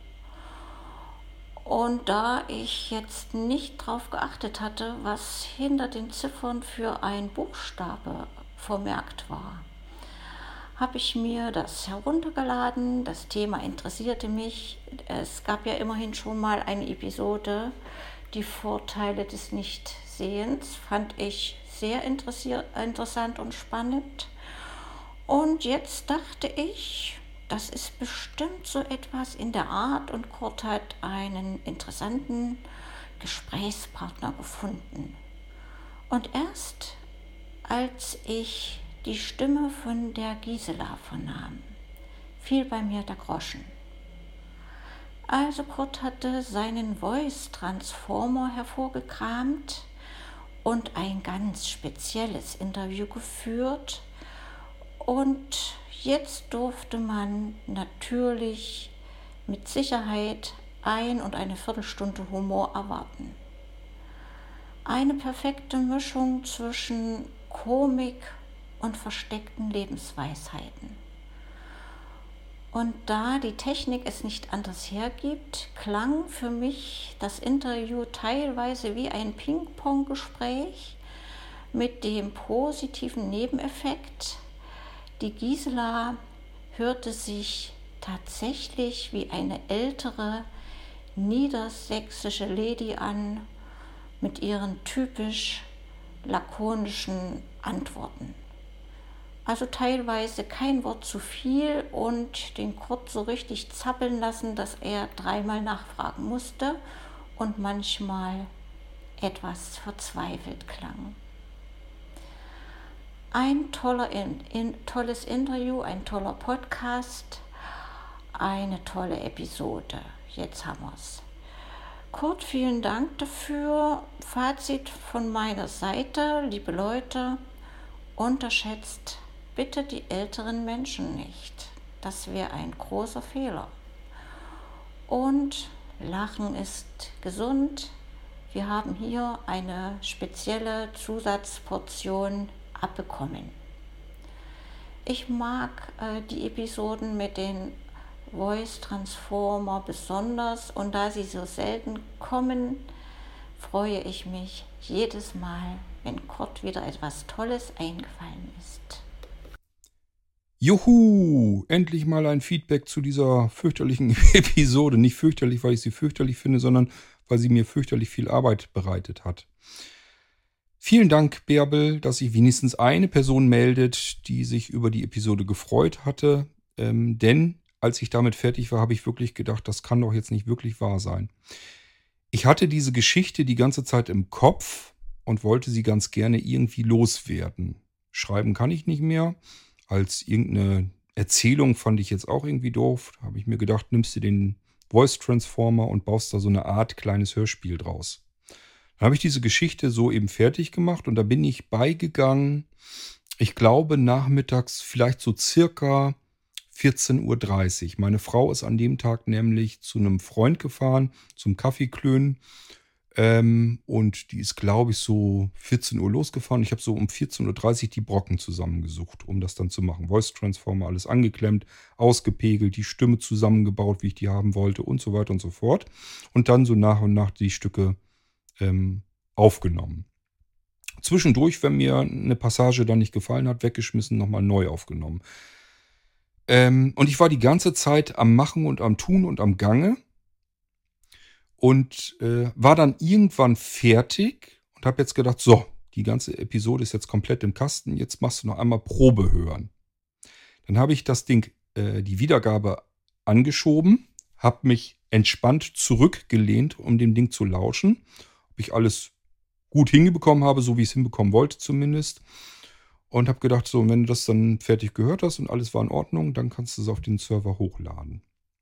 Und da ich jetzt nicht drauf geachtet hatte, was hinter den Ziffern für ein Buchstabe vermerkt war, habe ich mir das heruntergeladen. Das Thema interessierte mich. Es gab ja immerhin schon mal eine Episode, die Vorteile des Nichtsehens, fand ich sehr interessant und spannend. Und jetzt dachte ich, das ist bestimmt so etwas in der Art, und Kurt hat einen interessanten Gesprächspartner gefunden. Und erst als ich die Stimme von der Gisela vernahm, fiel bei mir der Groschen. Also Kurt hatte seinen Voice Transformer hervorgekramt und ein ganz spezielles Interview geführt. Und jetzt durfte man natürlich mit Sicherheit ein und eine Viertelstunde Humor erwarten. Eine perfekte Mischung zwischen Komik und versteckten Lebensweisheiten. Und da die Technik es nicht anders hergibt, klang für mich das Interview teilweise wie ein Ping-Pong-Gespräch mit dem positiven Nebeneffekt: die Gisela hörte sich tatsächlich wie eine ältere niedersächsische Lady an mit ihren typisch lakonischen Antworten. Also teilweise kein Wort zu viel und den Kurt so richtig zappeln lassen, dass er dreimal nachfragen musste und manchmal etwas verzweifelt klang. Ein toller in, in, tolles Interview, ein toller Podcast, eine tolle Episode. Jetzt haben wir's. Kurt, vielen Dank dafür. Fazit von meiner Seite, liebe Leute, unterschätzt bitte die älteren Menschen nicht. Das wäre ein großer Fehler. Und Lachen ist gesund. Wir haben hier eine spezielle Zusatzportion abbekommen. Ich mag äh, die Episoden mit den Voice Transformer besonders, und da sie so selten kommen, freue ich mich jedes Mal, wenn Kurt wieder etwas Tolles eingefallen ist. Juhu! Endlich mal ein Feedback zu dieser fürchterlichen Episode. Nicht fürchterlich, weil ich sie fürchterlich finde, sondern weil sie mir fürchterlich viel Arbeit bereitet hat. Vielen Dank, Bärbel, dass sich wenigstens eine Person meldet, die sich über die Episode gefreut hatte. Ähm, denn als ich damit fertig war, habe ich wirklich gedacht, das kann doch jetzt nicht wirklich wahr sein. Ich hatte diese Geschichte die ganze Zeit im Kopf und wollte sie ganz gerne irgendwie loswerden. Schreiben kann ich nicht mehr. Als irgendeine Erzählung fand ich jetzt auch irgendwie doof. Da habe ich mir gedacht, nimmst du den Voice Transformer und baust da so eine Art kleines Hörspiel draus. Dann habe ich diese Geschichte so eben fertig gemacht und da bin ich beigegangen, ich glaube nachmittags vielleicht so circa vierzehn Uhr dreißig. Meine Frau ist an dem Tag nämlich zu einem Freund gefahren, zum Kaffeeklönen. Ähm, und die ist, glaube ich, so vierzehn Uhr losgefahren. Ich habe so um vierzehn Uhr dreißig die Brocken zusammengesucht, um das dann zu machen. Voice Transformer, alles angeklemmt, ausgepegelt, die Stimme zusammengebaut, wie ich die haben wollte und so weiter und so fort. Und dann so nach und nach die Stücke ähm, aufgenommen. Zwischendurch, wenn mir eine Passage dann nicht gefallen hat, weggeschmissen, nochmal neu aufgenommen. Ähm, und ich war die ganze Zeit am Machen und am Tun und am Gange. Und äh, war dann irgendwann fertig und habe jetzt gedacht, so, die ganze Episode ist jetzt komplett im Kasten, jetzt machst du noch einmal Probe hören. Dann habe ich das Ding, äh, die Wiedergabe angeschoben, habe mich entspannt zurückgelehnt, um dem Ding zu lauschen. Ob ich alles gut hinbekommen habe, so wie ich es hinbekommen wollte zumindest. Und habe gedacht, so, wenn du das dann fertig gehört hast und alles war in Ordnung, dann kannst du es auf den Server hochladen.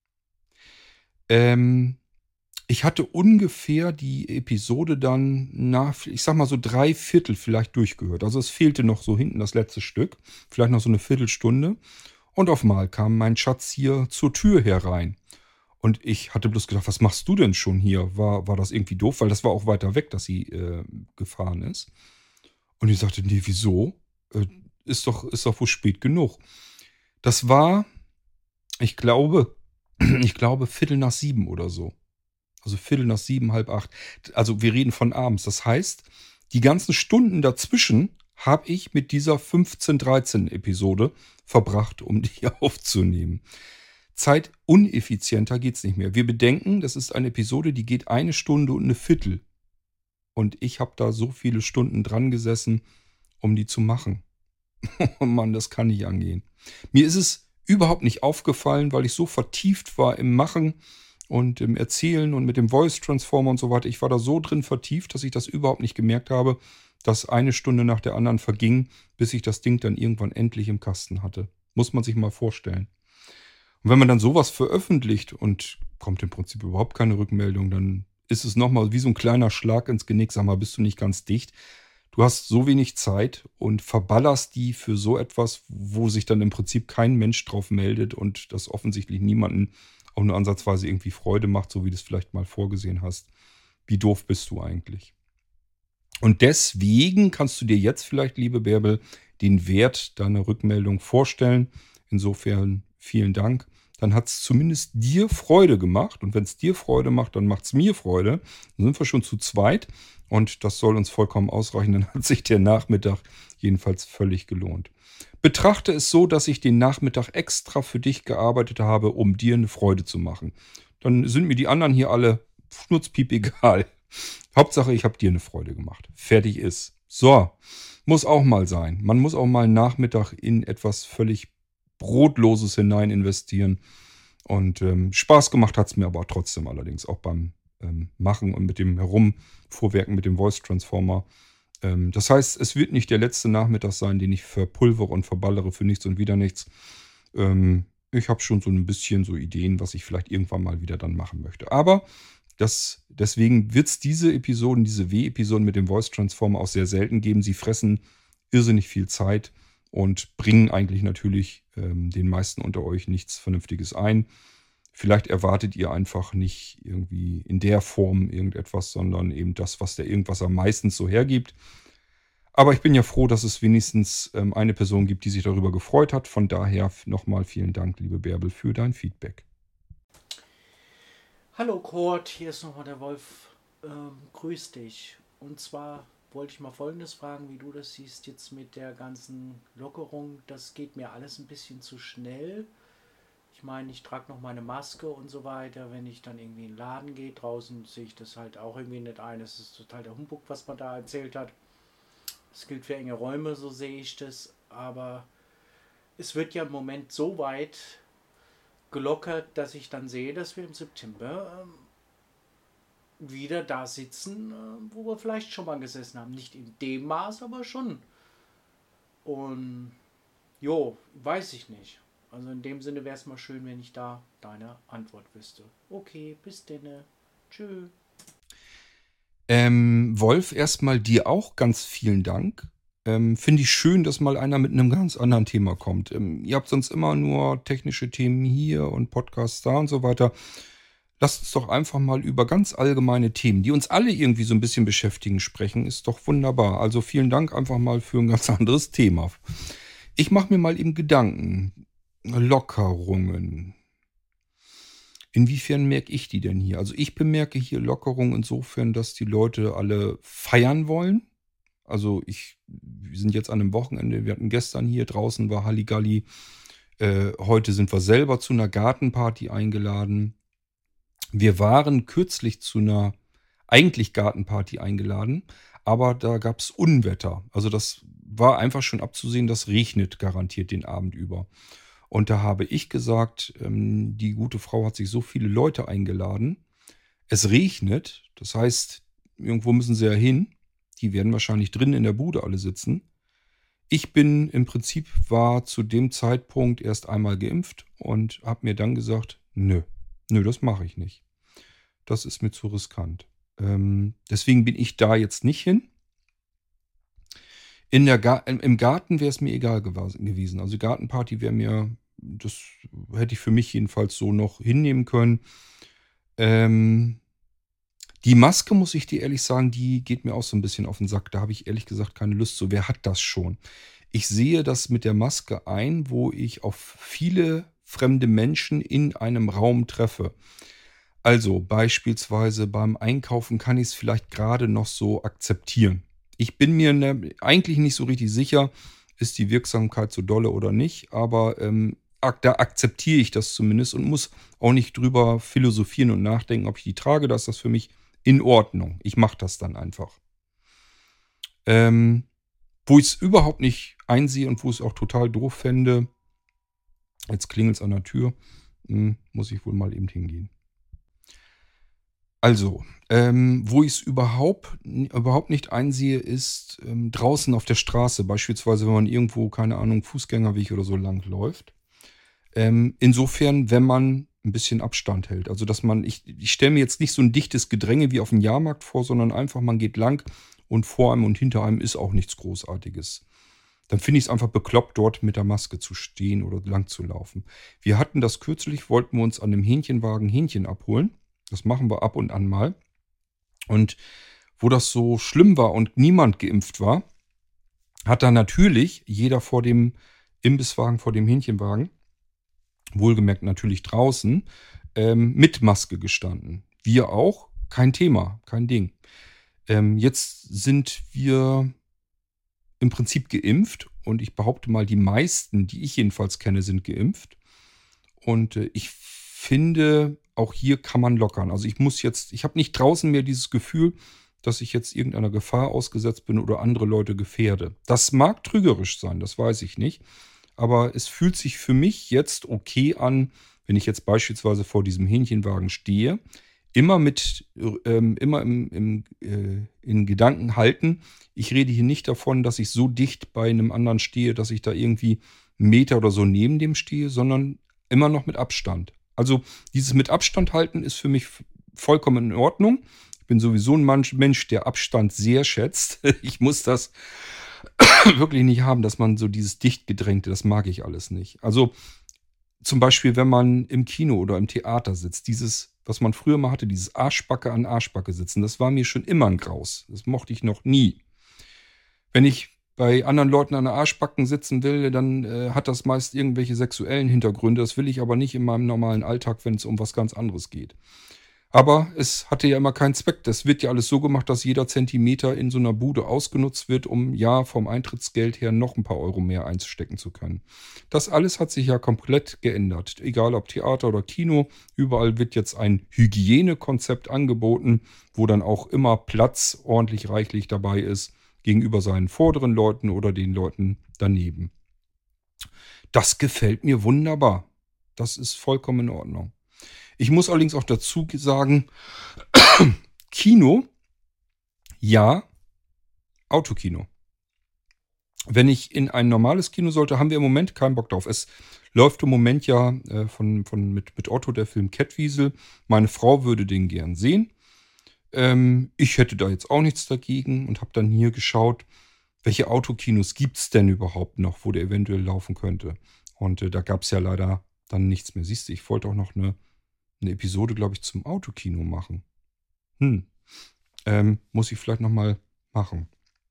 Ähm, ich hatte ungefähr die Episode dann nach, ich sag mal so drei Viertel vielleicht durchgehört. Also es fehlte noch so hinten das letzte Stück, vielleicht noch so eine Viertelstunde. Und auf einmal kam mein Schatz hier zur Tür herein. Und ich hatte bloß gedacht, was machst du denn schon hier? War, war das irgendwie doof? Weil das war auch weiter weg, dass sie äh, gefahren ist. Und ich sagte, nee, wieso? Äh, ist doch, ist doch wohl spät genug. Das war, ich glaube, ich glaube, Viertel nach sieben oder so. Also Viertel nach sieben, halb acht. Also wir reden von abends. Das heißt, die ganzen Stunden dazwischen habe ich mit dieser fünfzehn dreizehn Episode verbracht, um die aufzunehmen. Zeituneffizienter geht es nicht mehr. Wir bedenken, das ist eine Episode, die geht eine Stunde und eine Viertel. Und ich habe da so viele Stunden dran gesessen, um die zu machen. Oh Mann, das kann nicht angehen. Mir ist es überhaupt nicht aufgefallen, weil ich so vertieft war im Machen und im Erzählen und mit dem Voice Transformer und so weiter. Ich war da so drin vertieft, dass ich das überhaupt nicht gemerkt habe, dass eine Stunde nach der anderen verging, bis ich das Ding dann irgendwann endlich im Kasten hatte. Muss man sich mal vorstellen. Und wenn man dann sowas veröffentlicht und kommt im Prinzip überhaupt keine Rückmeldung, dann ist es nochmal wie so ein kleiner Schlag ins Genick. Sag mal, bist du nicht ganz dicht? Du hast so wenig Zeit und verballerst die für so etwas, wo sich dann im Prinzip kein Mensch drauf meldet und das offensichtlich niemanden auch nur ansatzweise irgendwie Freude macht, so wie du es vielleicht mal vorgesehen hast. Wie doof bist du eigentlich? Und deswegen kannst du dir jetzt vielleicht, liebe Bärbel, den Wert deiner Rückmeldung vorstellen. Insofern vielen Dank. Dann hat es zumindest dir Freude gemacht. Und wenn es dir Freude macht, dann macht es mir Freude. Dann sind wir schon zu zweit. Und das soll uns vollkommen ausreichen. Dann hat sich der Nachmittag jedenfalls völlig gelohnt. Betrachte es so, dass ich den Nachmittag extra für dich gearbeitet habe, um dir eine Freude zu machen. Dann sind mir die anderen hier alle schnurzpiep egal. Hauptsache, ich habe dir eine Freude gemacht. Fertig ist. So, muss auch mal sein. Man muss auch mal einen Nachmittag in etwas völlig Brotloses hinein investieren. Und ähm, Spaß gemacht hat es mir aber trotzdem allerdings auch beim ähm, Machen und mit dem Herumvorwerken mit dem Voice Transformer. Ähm, das heißt, es wird nicht der letzte Nachmittag sein, den ich verpulvere und verballere für nichts und wieder nichts. Ähm, ich habe schon so ein bisschen so Ideen, was ich vielleicht irgendwann mal wieder dann machen möchte. Aber das, deswegen wird es diese Episoden, diese W-Episoden mit dem Voice Transformer auch sehr selten geben. Sie fressen irrsinnig viel Zeit und bringen eigentlich natürlich ähm, den meisten unter euch nichts Vernünftiges ein. Vielleicht erwartet ihr einfach nicht irgendwie in der Form irgendetwas, sondern eben das, was der Irgendwasser meistens so hergibt. Aber ich bin ja froh, dass es wenigstens ähm, eine Person gibt, die sich darüber gefreut hat. Von daher nochmal vielen Dank, liebe Bärbel, für dein Feedback. Hallo Kurt, hier ist nochmal der Wolf. Ähm, grüß dich. Und zwar wollte ich mal Folgendes fragen, wie du das siehst jetzt mit der ganzen Lockerung. Das geht mir alles ein bisschen zu schnell. Ich meine, ich trage noch meine Maske und so weiter. Wenn ich dann irgendwie in den Laden gehe, draußen sehe ich das halt auch irgendwie nicht ein. Das ist total der Humbug, was man da erzählt hat. Das gilt für enge Räume, so sehe ich das. Aber es wird ja im Moment so weit gelockert, dass ich dann sehe, dass wir im September ähm, wieder da sitzen, äh, wo wir vielleicht schon mal gesessen haben. Nicht in dem Maß, aber schon. Und jo, weiß ich nicht. Also in dem Sinne wäre es mal schön, wenn ich da deine Antwort wüsste. Okay, bis denne. Tschö. Ähm, Wolf, erstmal dir auch ganz vielen Dank. Ähm, Finde ich schön, dass mal einer mit einem ganz anderen Thema kommt. Ähm, ihr habt sonst immer nur technische Themen hier und Podcasts da und so weiter. Lasst uns doch einfach mal über ganz allgemeine Themen, die uns alle irgendwie so ein bisschen beschäftigen, sprechen. Ist doch wunderbar. Also vielen Dank einfach mal für ein ganz anderes Thema. Ich mache mir mal eben Gedanken. Lockerungen. Inwiefern merke ich die denn hier? Also ich bemerke hier Lockerungen insofern, dass die Leute alle feiern wollen. Also ich, wir sind jetzt an einem Wochenende, wir hatten gestern hier draußen war Halligalli. Äh, heute sind wir selber zu einer Gartenparty eingeladen. Wir waren kürzlich zu einer eigentlich Gartenparty eingeladen, aber da gab es Unwetter. Also das war einfach schon abzusehen, das regnet garantiert den Abend über. Und da habe ich gesagt, ähm, die gute Frau hat sich so viele Leute eingeladen. Es regnet, das heißt, irgendwo müssen sie ja hin. Die werden wahrscheinlich drin in der Bude alle sitzen. Ich bin im Prinzip, war zu dem Zeitpunkt erst einmal geimpft und habe mir dann gesagt, nö, nö, das mache ich nicht. Das ist mir zu riskant. Ähm, deswegen bin ich da jetzt nicht hin. In der Ga- Im Garten wäre es mir egal gewesen. Also Gartenparty wäre mir, das hätte ich für mich jedenfalls so noch hinnehmen können. Ähm, die Maske, muss ich dir ehrlich sagen, die geht mir auch so ein bisschen auf den Sack. Da habe ich ehrlich gesagt keine Lust zu. Wer hat das schon? Ich sehe das mit der Maske ein, wo ich auf viele fremde Menschen in einem Raum treffe. Also beispielsweise beim Einkaufen kann ich es vielleicht gerade noch so akzeptieren. Ich bin mir ne, eigentlich nicht so richtig sicher, ist die Wirksamkeit so dolle oder nicht, aber ähm, ak- da akzeptiere ich das zumindest und muss auch nicht drüber philosophieren und nachdenken, ob ich die trage. Da ist das für mich in Ordnung. Ich mache das dann einfach. Ähm, wo ich es überhaupt nicht einsehe und wo ich es auch total doof fände, jetzt klingelt es an der Tür, hm, muss ich wohl mal eben hingehen. Also, ähm, wo ich es überhaupt, überhaupt nicht einsehe, ist ähm, draußen auf der Straße. Beispielsweise, wenn man irgendwo, keine Ahnung, Fußgängerweg oder so lang läuft. Ähm, insofern, wenn man ein bisschen Abstand hält. Also, dass man, ich, ich stelle mir jetzt nicht so ein dichtes Gedränge wie auf dem Jahrmarkt vor, sondern einfach, man geht lang und vor einem und hinter einem ist auch nichts Großartiges. Dann finde ich es einfach bekloppt, dort mit der Maske zu stehen oder lang zu laufen. Wir hatten das kürzlich, wollten wir uns an dem Hähnchenwagen Hähnchen abholen. Das machen wir ab und an mal. Und wo das so schlimm war und niemand geimpft war, hat dann natürlich jeder vor dem Imbisswagen, vor dem Hähnchenwagen, wohlgemerkt natürlich draußen, ähm, mit Maske gestanden. Wir auch, kein Thema, kein Ding. Ähm, jetzt sind wir im Prinzip geimpft und ich behaupte mal, die meisten, die ich jedenfalls kenne, sind geimpft. Und äh, ich finde, auch hier kann man lockern. Also ich muss jetzt, ich habe nicht draußen mehr dieses Gefühl, dass ich jetzt irgendeiner Gefahr ausgesetzt bin oder andere Leute gefährde. Das mag trügerisch sein, das weiß ich nicht. Aber es fühlt sich für mich jetzt okay an, wenn ich jetzt beispielsweise vor diesem Hähnchenwagen stehe, immer mit, ähm, immer im, im, äh, in Gedanken halten. Ich rede hier nicht davon, dass ich so dicht bei einem anderen stehe, dass ich da irgendwie einen Meter oder so neben dem stehe, sondern immer noch mit Abstand. Also dieses mit Abstand halten ist für mich vollkommen in Ordnung. Ich bin sowieso ein Mensch, der Abstand sehr schätzt. Ich muss das wirklich nicht haben, dass man so dieses dicht gedrängte, das mag ich alles nicht. Also zum Beispiel, wenn man im Kino oder im Theater sitzt, dieses, was man früher mal hatte, dieses Arschbacke an Arschbacke sitzen, das war mir schon immer ein Graus. Das mochte ich noch nie. Wenn ich bei anderen Leuten an der Arschbacken sitzen will, dann äh, hat das meist irgendwelche sexuellen Hintergründe. Das will ich aber nicht in meinem normalen Alltag, wenn es um was ganz anderes geht. Aber es hatte ja immer keinen Zweck. Das wird ja alles so gemacht, dass jeder Zentimeter in so einer Bude ausgenutzt wird, um ja vom Eintrittsgeld her noch ein paar Euro mehr einzustecken zu können. Das alles hat sich ja komplett geändert. Egal ob Theater oder Kino, überall wird jetzt ein Hygienekonzept angeboten, wo dann auch immer Platz ordentlich reichlich dabei ist, gegenüber seinen vorderen Leuten oder den Leuten daneben. Das gefällt mir wunderbar. Das ist vollkommen in Ordnung. Ich muss allerdings auch dazu sagen, Kino, ja, Autokino. Wenn ich in ein normales Kino sollte, haben wir im Moment keinen Bock drauf. Es läuft im Moment ja äh, von, von, mit, mit Otto der Film Kettwiesel. Meine Frau würde den gern sehen. Ähm, ich hätte da jetzt auch nichts dagegen und habe dann hier geschaut, welche Autokinos gibt es denn überhaupt noch, wo der eventuell laufen könnte. Und äh, da gab es ja leider dann nichts mehr. Siehst du, ich wollte auch noch eine, eine Episode, glaube ich, zum Autokino machen. Hm. Ähm, muss ich vielleicht nochmal machen.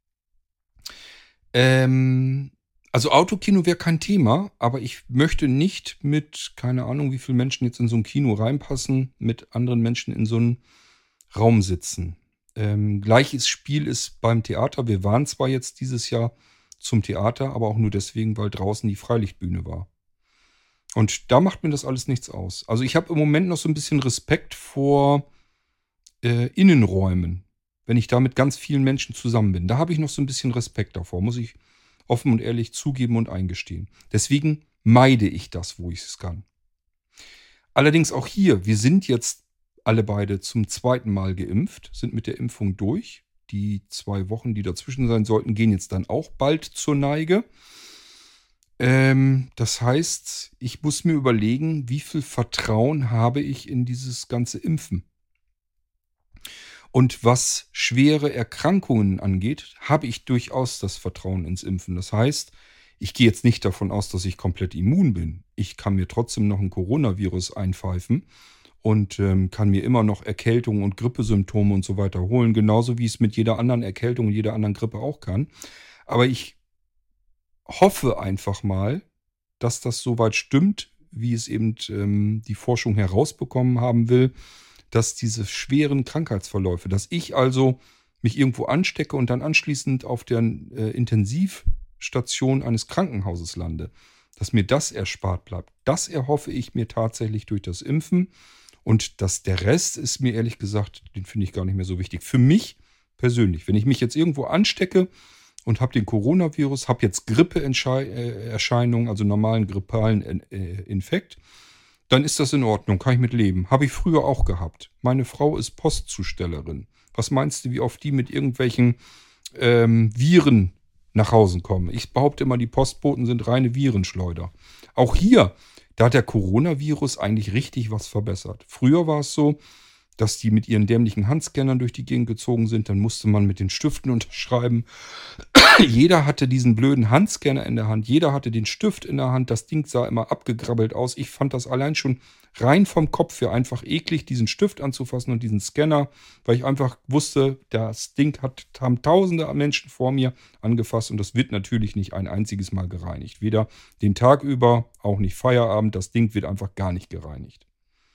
Ähm, also Autokino wäre kein Thema, aber ich möchte nicht mit, keine Ahnung, wie viele Menschen jetzt in so ein Kino reinpassen, mit anderen Menschen in so einen Raum sitzen. Ähm, gleiches Spiel ist beim Theater. Wir waren zwar jetzt dieses Jahr zum Theater, aber auch nur deswegen, weil draußen die Freilichtbühne war. Und da macht mir das alles nichts aus. Also ich habe im Moment noch so ein bisschen Respekt vor äh, Innenräumen, wenn ich da mit ganz vielen Menschen zusammen bin. Da habe ich noch so ein bisschen Respekt davor, muss ich offen und ehrlich zugeben und eingestehen. Deswegen meide ich das, wo ich es kann. Allerdings auch hier, wir sind jetzt alle beide zum zweiten Mal geimpft, sind mit der Impfung durch. Die zwei Wochen, die dazwischen sein sollten, gehen jetzt dann auch bald zur Neige. Ähm, das heißt, ich muss mir überlegen, wie viel Vertrauen habe ich in dieses ganze Impfen. Und was schwere Erkrankungen angeht, habe ich durchaus das Vertrauen ins Impfen. Das heißt, ich gehe jetzt nicht davon aus, dass ich komplett immun bin. Ich kann mir trotzdem noch ein Coronavirus einpfeifen und ähm, kann mir immer noch Erkältungen und Grippesymptome und so weiter holen, genauso wie ich es mit jeder anderen Erkältung und jeder anderen Grippe auch kann. Aber ich hoffe einfach mal, dass das soweit stimmt, wie es eben ähm, die Forschung herausbekommen haben will, dass diese schweren Krankheitsverläufe, dass ich also mich irgendwo anstecke und dann anschließend auf der äh, Intensivstation eines Krankenhauses lande, dass mir das erspart bleibt. Das erhoffe ich mir tatsächlich durch das Impfen. Und dass der Rest ist mir ehrlich gesagt, den finde ich gar nicht mehr so wichtig. Für mich persönlich, wenn ich mich jetzt irgendwo anstecke und habe den Coronavirus, habe jetzt Grippeerscheinungen, also normalen grippalen Infekt, dann ist das in Ordnung, kann ich mit leben. Habe ich früher auch gehabt. Meine Frau ist Postzustellerin. Was meinst du, wie oft die mit irgendwelchen ähm, Viren nach Hause kommen? Ich behaupte immer, die Postboten sind reine Virenschleuder. Auch hier, da hat der Coronavirus eigentlich richtig was verbessert. Früher war es so, dass die mit ihren dämlichen Handscannern durch die Gegend gezogen sind. Dann musste man mit den Stiften unterschreiben. Jeder hatte diesen blöden Handscanner in der Hand. Jeder hatte den Stift in der Hand. Das Ding sah immer abgegrabbelt aus. Ich fand das allein schon rein vom Kopf her einfach eklig, diesen Stift anzufassen und diesen Scanner, weil ich einfach wusste, das Ding hat, haben tausende Menschen vor mir angefasst und das wird natürlich nicht ein einziges Mal gereinigt. Weder den Tag über, auch nicht Feierabend. Das Ding wird einfach gar nicht gereinigt.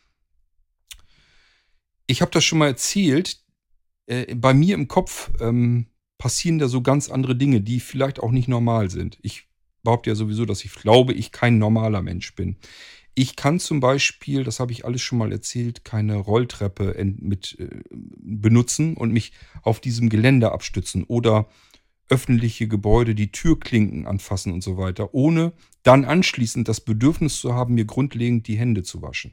Ich habe das schon mal erzählt. Äh, bei mir im Kopf ähm, passieren da so ganz andere Dinge, die vielleicht auch nicht normal sind. Ich behaupte ja sowieso, dass ich glaube, ich kein normaler Mensch bin. Ich kann zum Beispiel, das habe ich alles schon mal erzählt, keine Rolltreppe mit äh, benutzen und mich auf diesem Geländer abstützen oder öffentliche Gebäude, die Türklinken anfassen und so weiter, ohne dann anschließend das Bedürfnis zu haben, mir grundlegend die Hände zu waschen.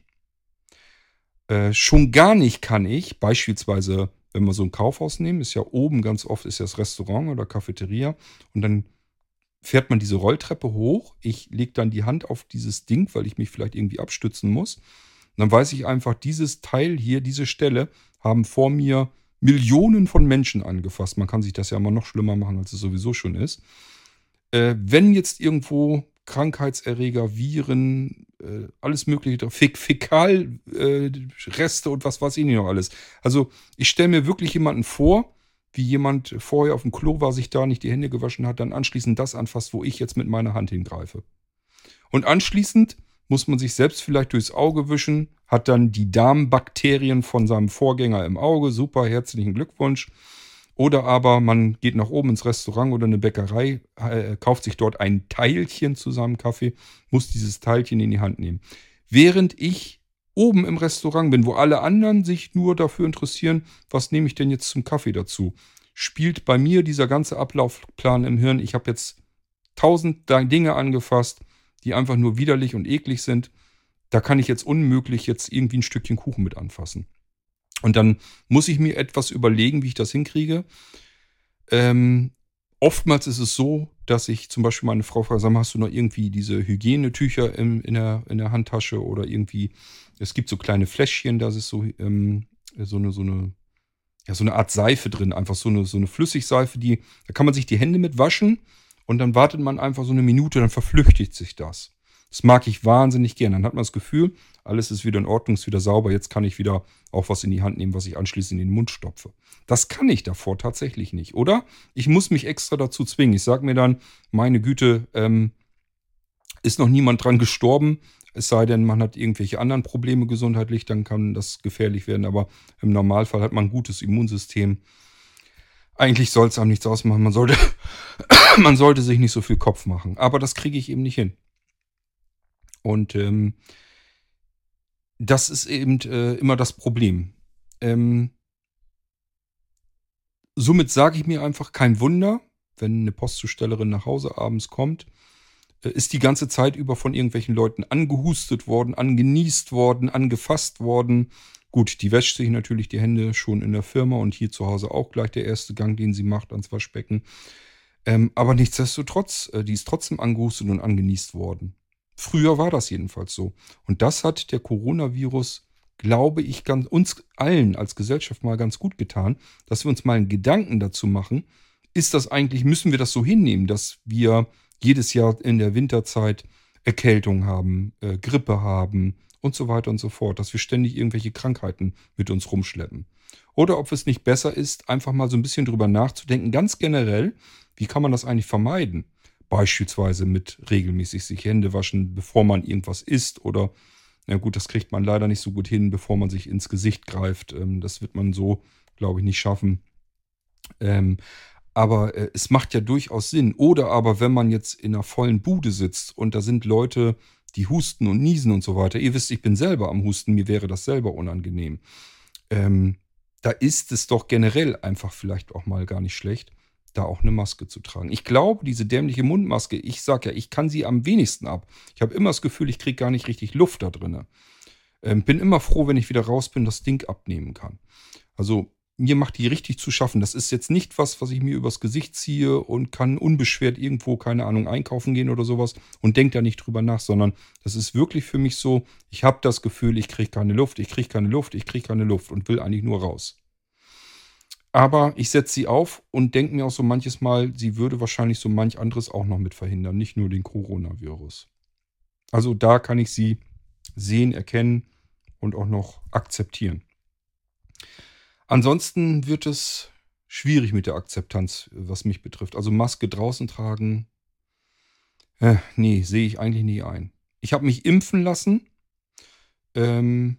Äh, schon gar nicht kann ich, beispielsweise, wenn wir so ein Kaufhaus nehmen, ist ja oben ganz oft ist ja das Restaurant oder Cafeteria und dann fährt man diese Rolltreppe hoch. Ich lege dann die Hand auf dieses Ding, weil ich mich vielleicht irgendwie abstützen muss. Und dann weiß ich einfach, dieses Teil hier, diese Stelle, haben vor mir Millionen von Menschen angefasst. Man kann sich das ja immer noch schlimmer machen, als es sowieso schon ist. Äh, wenn jetzt irgendwo Krankheitserreger, Viren, äh, alles mögliche, Fäk- Fäkalreste äh, und was weiß ich nicht noch alles. Also ich stelle mir wirklich jemanden vor, wie jemand vorher auf dem Klo war, sich da nicht die Hände gewaschen hat, dann anschließend das anfasst, wo ich jetzt mit meiner Hand hingreife. Und anschließend muss man sich selbst vielleicht durchs Auge wischen, hat dann die Darmbakterien von seinem Vorgänger im Auge, super, herzlichen Glückwunsch. Oder aber man geht nach oben ins Restaurant oder eine Bäckerei, äh, kauft sich dort ein Teilchen zu seinem Kaffee, muss dieses Teilchen in die Hand nehmen. Während ich oben im Restaurant bin, wo alle anderen sich nur dafür interessieren, was nehme ich denn jetzt zum Kaffee dazu, spielt bei mir dieser ganze Ablaufplan im Hirn. Ich habe jetzt tausend Dinge angefasst, die einfach nur widerlich und eklig sind. Da kann ich jetzt unmöglich jetzt irgendwie ein Stückchen Kuchen mit anfassen. Und dann muss ich mir etwas überlegen, wie ich das hinkriege. Ähm, oftmals ist es so, dass ich zum Beispiel meine Frau frage, sag mal, hast du noch irgendwie diese Hygienetücher im, in, der, in der Handtasche oder irgendwie, es gibt so kleine Fläschchen, da ist so, ähm, so, eine, so, eine, ja, so eine Art Seife drin, einfach so eine, so eine Flüssigseife, die, da kann man sich die Hände mit waschen und dann wartet man einfach so eine Minute, dann verflüchtigt sich das. Das mag ich wahnsinnig gern. Dann hat man das Gefühl, alles ist wieder in Ordnung, ist wieder sauber. Jetzt kann ich wieder auch was in die Hand nehmen, was ich anschließend in den Mund stopfe. Das kann ich davor tatsächlich nicht. Oder ich muss mich extra dazu zwingen. Ich sage mir dann, meine Güte, ähm, ist noch niemand dran gestorben. Es sei denn, man hat irgendwelche anderen Probleme gesundheitlich, dann kann das gefährlich werden. Aber im Normalfall hat man ein gutes Immunsystem. Eigentlich soll es einem nichts ausmachen. Man sollte, man sollte sich nicht so viel Kopf machen. Aber das kriege ich eben nicht hin. Und ähm, das ist eben äh, immer das Problem. Ähm, somit sage ich mir einfach, kein Wunder, wenn eine Postzustellerin nach Hause abends kommt, äh, ist die ganze Zeit über von irgendwelchen Leuten angehustet worden, angenießt worden, angefasst worden. Gut, die wäscht sich natürlich die Hände schon in der Firma und hier zu Hause auch gleich der erste Gang, den sie macht ans Waschbecken. Ähm, aber nichtsdestotrotz, äh, die ist trotzdem angehustet und angenießt worden. Früher war das jedenfalls so. Und das hat der Coronavirus, glaube ich, ganz, uns allen als Gesellschaft mal ganz gut getan, dass wir uns mal einen Gedanken dazu machen, ist das eigentlich, müssen wir das so hinnehmen, dass wir jedes Jahr in der Winterzeit Erkältung haben, äh, Grippe haben und so weiter und so fort, dass wir ständig irgendwelche Krankheiten mit uns rumschleppen. Oder ob es nicht besser ist, einfach mal so ein bisschen drüber nachzudenken, ganz generell, wie kann man das eigentlich vermeiden? Beispielsweise mit regelmäßig sich Hände waschen, bevor man irgendwas isst oder, na gut, das kriegt man leider nicht so gut hin, bevor man sich ins Gesicht greift. Ähm, das wird man so, glaube ich, nicht schaffen. Ähm, aber äh, es macht ja durchaus Sinn. Oder aber, wenn man jetzt in einer vollen Bude sitzt und da sind Leute, die husten und niesen und so weiter. Ihr wisst, ich bin selber am Husten, mir wäre das selber unangenehm. Ähm, da ist es doch generell einfach vielleicht auch mal gar nicht schlecht, da auch eine Maske zu tragen. Ich glaube, diese dämliche Mundmaske, ich sage ja, ich kann sie am wenigsten ab. Ich habe immer das Gefühl, ich kriege gar nicht richtig Luft da drin. Ähm, bin immer froh, wenn ich wieder raus bin, das Ding abnehmen kann. Also mir macht die richtig zu schaffen. Das ist jetzt nicht was, was ich mir übers Gesicht ziehe und kann unbeschwert irgendwo, keine Ahnung, einkaufen gehen oder sowas und denke da nicht drüber nach, sondern das ist wirklich für mich so, ich habe das Gefühl, ich kriege keine Luft, ich kriege keine Luft, ich kriege keine Luft und will eigentlich nur raus. Aber ich setze sie auf und denke mir auch so manches Mal, sie würde wahrscheinlich so manch anderes auch noch mit verhindern, nicht nur den Coronavirus. Also da kann ich sie sehen, erkennen und auch noch akzeptieren. Ansonsten wird es schwierig mit der Akzeptanz, was mich betrifft. Also Maske draußen tragen, äh, nee, sehe ich eigentlich nie ein. Ich habe mich impfen lassen ähm,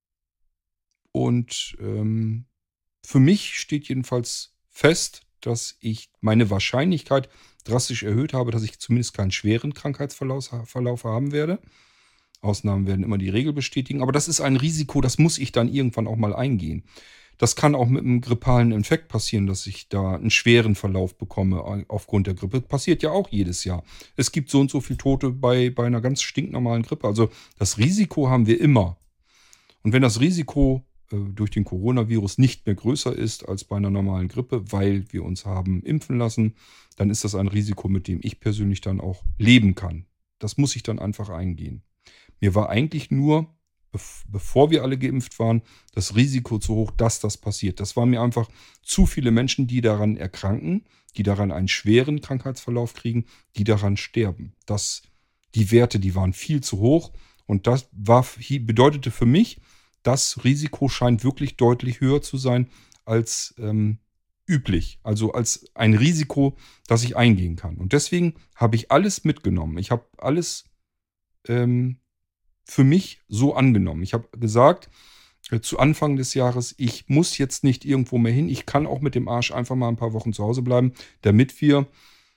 und ähm, für mich steht jedenfalls fest, dass ich meine Wahrscheinlichkeit drastisch erhöht habe, dass ich zumindest keinen schweren Krankheitsverlauf Verlauf haben werde. Ausnahmen werden immer die Regel bestätigen. Aber das ist ein Risiko, das muss ich dann irgendwann auch mal eingehen. Das kann auch mit einem grippalen Infekt passieren, dass ich da einen schweren Verlauf bekomme aufgrund der Grippe. Passiert ja auch jedes Jahr. Es gibt so und so viele Tote bei, bei einer ganz stinknormalen Grippe. Also das Risiko haben wir immer. Und wenn das Risiko durch den Coronavirus nicht mehr größer ist als bei einer normalen Grippe, weil wir uns haben impfen lassen, dann ist das ein Risiko, mit dem ich persönlich dann auch leben kann. Das muss ich dann einfach eingehen. Mir war eigentlich nur, bevor wir alle geimpft waren, das Risiko zu hoch, dass das passiert. Das waren mir einfach zu viele Menschen, die daran erkranken, die daran einen schweren Krankheitsverlauf kriegen, die daran sterben. Das, die Werte, die waren viel zu hoch und das war, bedeutete für mich, das Risiko scheint wirklich deutlich höher zu sein als ähm, üblich. Also als ein Risiko, das ich eingehen kann. Und deswegen habe ich alles mitgenommen. Ich habe alles ähm, für mich so angenommen. Ich habe gesagt, äh, zu Anfang des Jahres, ich muss jetzt nicht irgendwo mehr hin. Ich kann auch mit dem Arsch einfach mal ein paar Wochen zu Hause bleiben, damit wir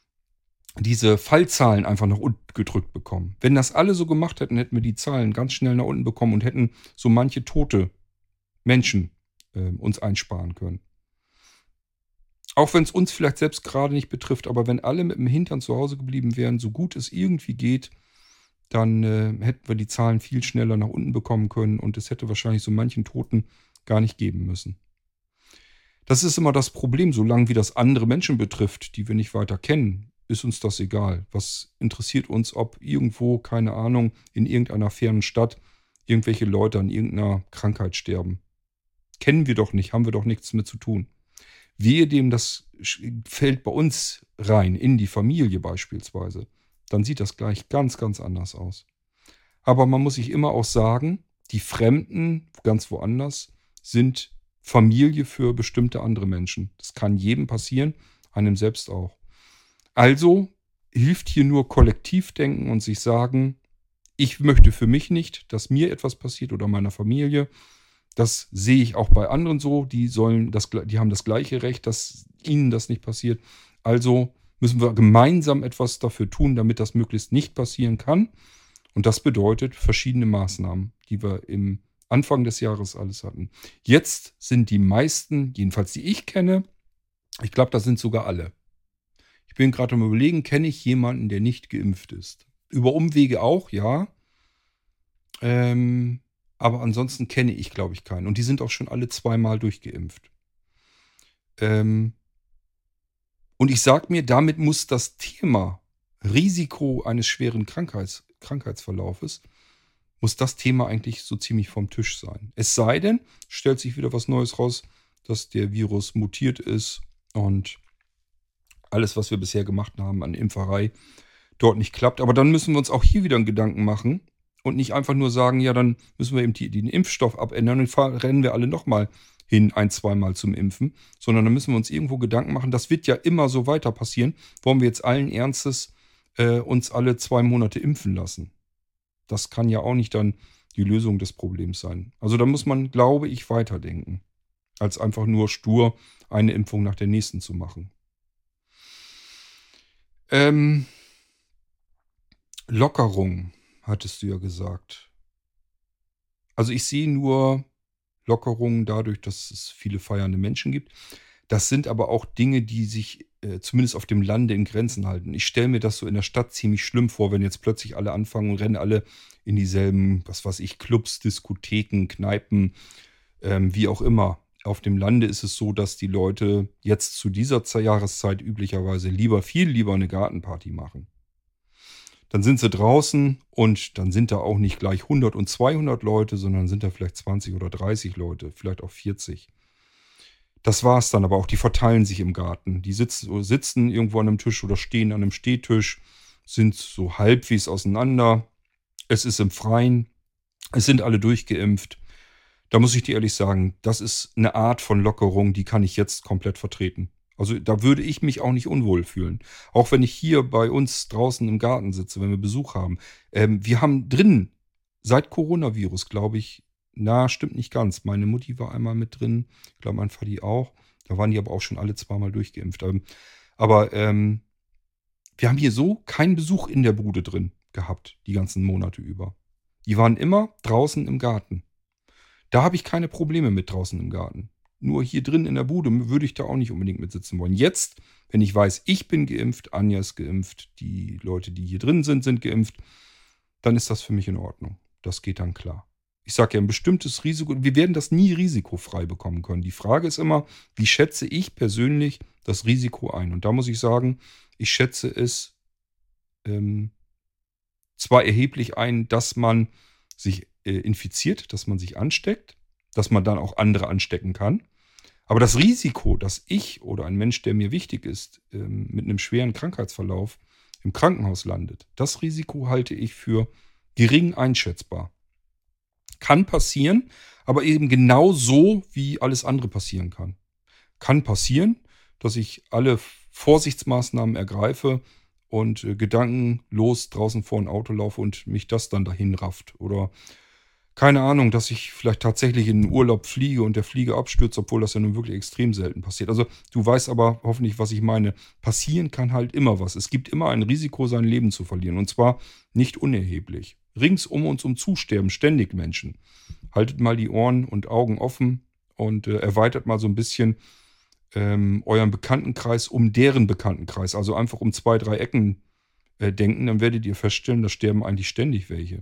diese Fallzahlen einfach nach unten gedrückt bekommen. Wenn das alle so gemacht hätten, hätten wir die Zahlen ganz schnell nach unten bekommen und hätten so manche tote Menschen äh, uns einsparen können. Auch wenn es uns vielleicht selbst gerade nicht betrifft, aber wenn alle mit dem Hintern zu Hause geblieben wären, so gut es irgendwie geht, dann äh, hätten wir die Zahlen viel schneller nach unten bekommen können und es hätte wahrscheinlich so manchen Toten gar nicht geben müssen. Das ist immer das Problem, solange wie das andere Menschen betrifft, die wir nicht weiter kennen, ist uns das egal. Was interessiert uns, ob irgendwo, keine Ahnung, in irgendeiner fernen Stadt irgendwelche Leute an irgendeiner Krankheit sterben? Kennen wir doch nicht, haben wir doch nichts mit zu tun. Wehe dem, das fällt bei uns rein, in die Familie beispielsweise, dann sieht das gleich ganz, ganz anders aus. Aber man muss sich immer auch sagen, die Fremden, ganz woanders, sind Familie für bestimmte andere Menschen. Das kann jedem passieren, einem selbst auch. Also hilft hier nur Kollektivdenken und sich sagen, ich möchte für mich nicht, dass mir etwas passiert oder meiner Familie. Das sehe ich auch bei anderen so, die sollen das, die haben das gleiche Recht, dass ihnen das nicht passiert. Also müssen wir gemeinsam etwas dafür tun, damit das möglichst nicht passieren kann. Und das bedeutet verschiedene Maßnahmen, die wir im Anfang des Jahres alles hatten. Jetzt sind die meisten, jedenfalls die ich kenne, ich glaube, das sind sogar alle. Ich bin gerade am Überlegen, kenne ich jemanden, der nicht geimpft ist? Über Umwege auch, ja. Ähm, aber ansonsten kenne ich, glaube ich, keinen. Und die sind auch schon alle zweimal durchgeimpft. Ähm, und ich sage mir, damit muss das Thema Risiko eines schweren Krankheits, Krankheitsverlaufes, muss das Thema eigentlich so ziemlich vom Tisch sein. Es sei denn, stellt sich wieder was Neues raus, dass der Virus mutiert ist und alles, was wir bisher gemacht haben an Impferei, dort nicht klappt. Aber dann müssen wir uns auch hier wieder einen Gedanken machen und nicht einfach nur sagen, ja, dann müssen wir eben die, den Impfstoff abändern und fahren, rennen wir alle nochmal hin, ein, zweimal zum Impfen, sondern dann müssen wir uns irgendwo Gedanken machen, das wird ja immer so weiter passieren. Wollen wir jetzt allen Ernstes äh, uns alle zwei Monate impfen lassen? Das kann ja auch nicht dann die Lösung des Problems sein. Also da muss man, glaube ich, weiterdenken, als einfach nur stur eine Impfung nach der nächsten zu machen. Ähm, Lockerung, hattest du ja gesagt. Also ich sehe nur Lockerungen dadurch, dass es viele feiernde Menschen gibt. Das sind aber auch Dinge, die sich äh, zumindest auf dem Lande in Grenzen halten. Ich stelle mir das so in der Stadt ziemlich schlimm vor, wenn jetzt plötzlich alle anfangen und rennen alle in dieselben, was weiß ich, Clubs, Diskotheken, Kneipen, ähm, wie auch immer. Auf dem Lande ist es so, dass die Leute jetzt zu dieser Ze- Jahreszeit üblicherweise lieber, viel lieber eine Gartenparty machen. Dann sind sie draußen und dann sind da auch nicht gleich hundert und zweihundert Leute, sondern sind da vielleicht zwanzig oder dreißig Leute, vielleicht auch vierzig. Das war's dann aber auch. Die verteilen sich im Garten. Die sitzen, sitzen irgendwo an einem Tisch oder stehen an einem Stehtisch, sind so halbwegs auseinander. Es ist im Freien. Es sind alle durchgeimpft. Da muss ich dir ehrlich sagen, das ist eine Art von Lockerung, die kann ich jetzt komplett vertreten. Also da würde ich mich auch nicht unwohl fühlen. Auch wenn ich hier bei uns draußen im Garten sitze, wenn wir Besuch haben. Ähm, wir haben drin, seit Coronavirus, glaube ich, na, stimmt nicht ganz. Meine Mutti war einmal mit drin, ich glaube mein Vati auch. Da waren die aber auch schon alle zweimal durchgeimpft. Ähm, aber ähm, wir haben hier so keinen Besuch in der Bude drin gehabt, die ganzen Monate über. Die waren immer draußen im Garten. Da habe ich keine Probleme mit draußen im Garten. Nur hier drin in der Bude würde ich da auch nicht unbedingt mit sitzen wollen. Jetzt, wenn ich weiß, ich bin geimpft, Anja ist geimpft, die Leute, die hier drin sind, sind geimpft, dann ist das für mich in Ordnung. Das geht dann klar. Ich sage ja, ein bestimmtes Risiko, wir werden das nie risikofrei bekommen können. Die Frage ist immer, wie schätze ich persönlich das Risiko ein? Und da muss ich sagen, ich schätze es ähm, zwar erheblich ein, dass man sich äh, infiziert, dass man sich ansteckt, dass man dann auch andere anstecken kann. Aber das Risiko, dass ich oder ein Mensch, der mir wichtig ist, ähm, mit einem schweren Krankheitsverlauf im Krankenhaus landet, das Risiko halte ich für gering einschätzbar. Kann passieren, aber eben genau so, wie alles andere passieren kann. Kann passieren, dass ich alle Vorsichtsmaßnahmen ergreife und äh, gedankenlos draußen vor ein Auto laufe und mich das dann dahin rafft. Oder keine Ahnung, dass ich vielleicht tatsächlich in den Urlaub fliege und der Flieger abstürzt, obwohl das ja nun wirklich extrem selten passiert. Also du weißt aber hoffentlich, was ich meine. Passieren kann halt immer was. Es gibt immer ein Risiko, sein Leben zu verlieren. Und zwar nicht unerheblich. Rings um uns umzu sterben ständig Menschen. Haltet mal die Ohren und Augen offen und äh, erweitert mal so ein bisschen ähm, euren Bekanntenkreis um deren Bekanntenkreis. Also einfach um zwei, drei Ecken äh, denken, dann werdet ihr feststellen, da sterben eigentlich ständig welche.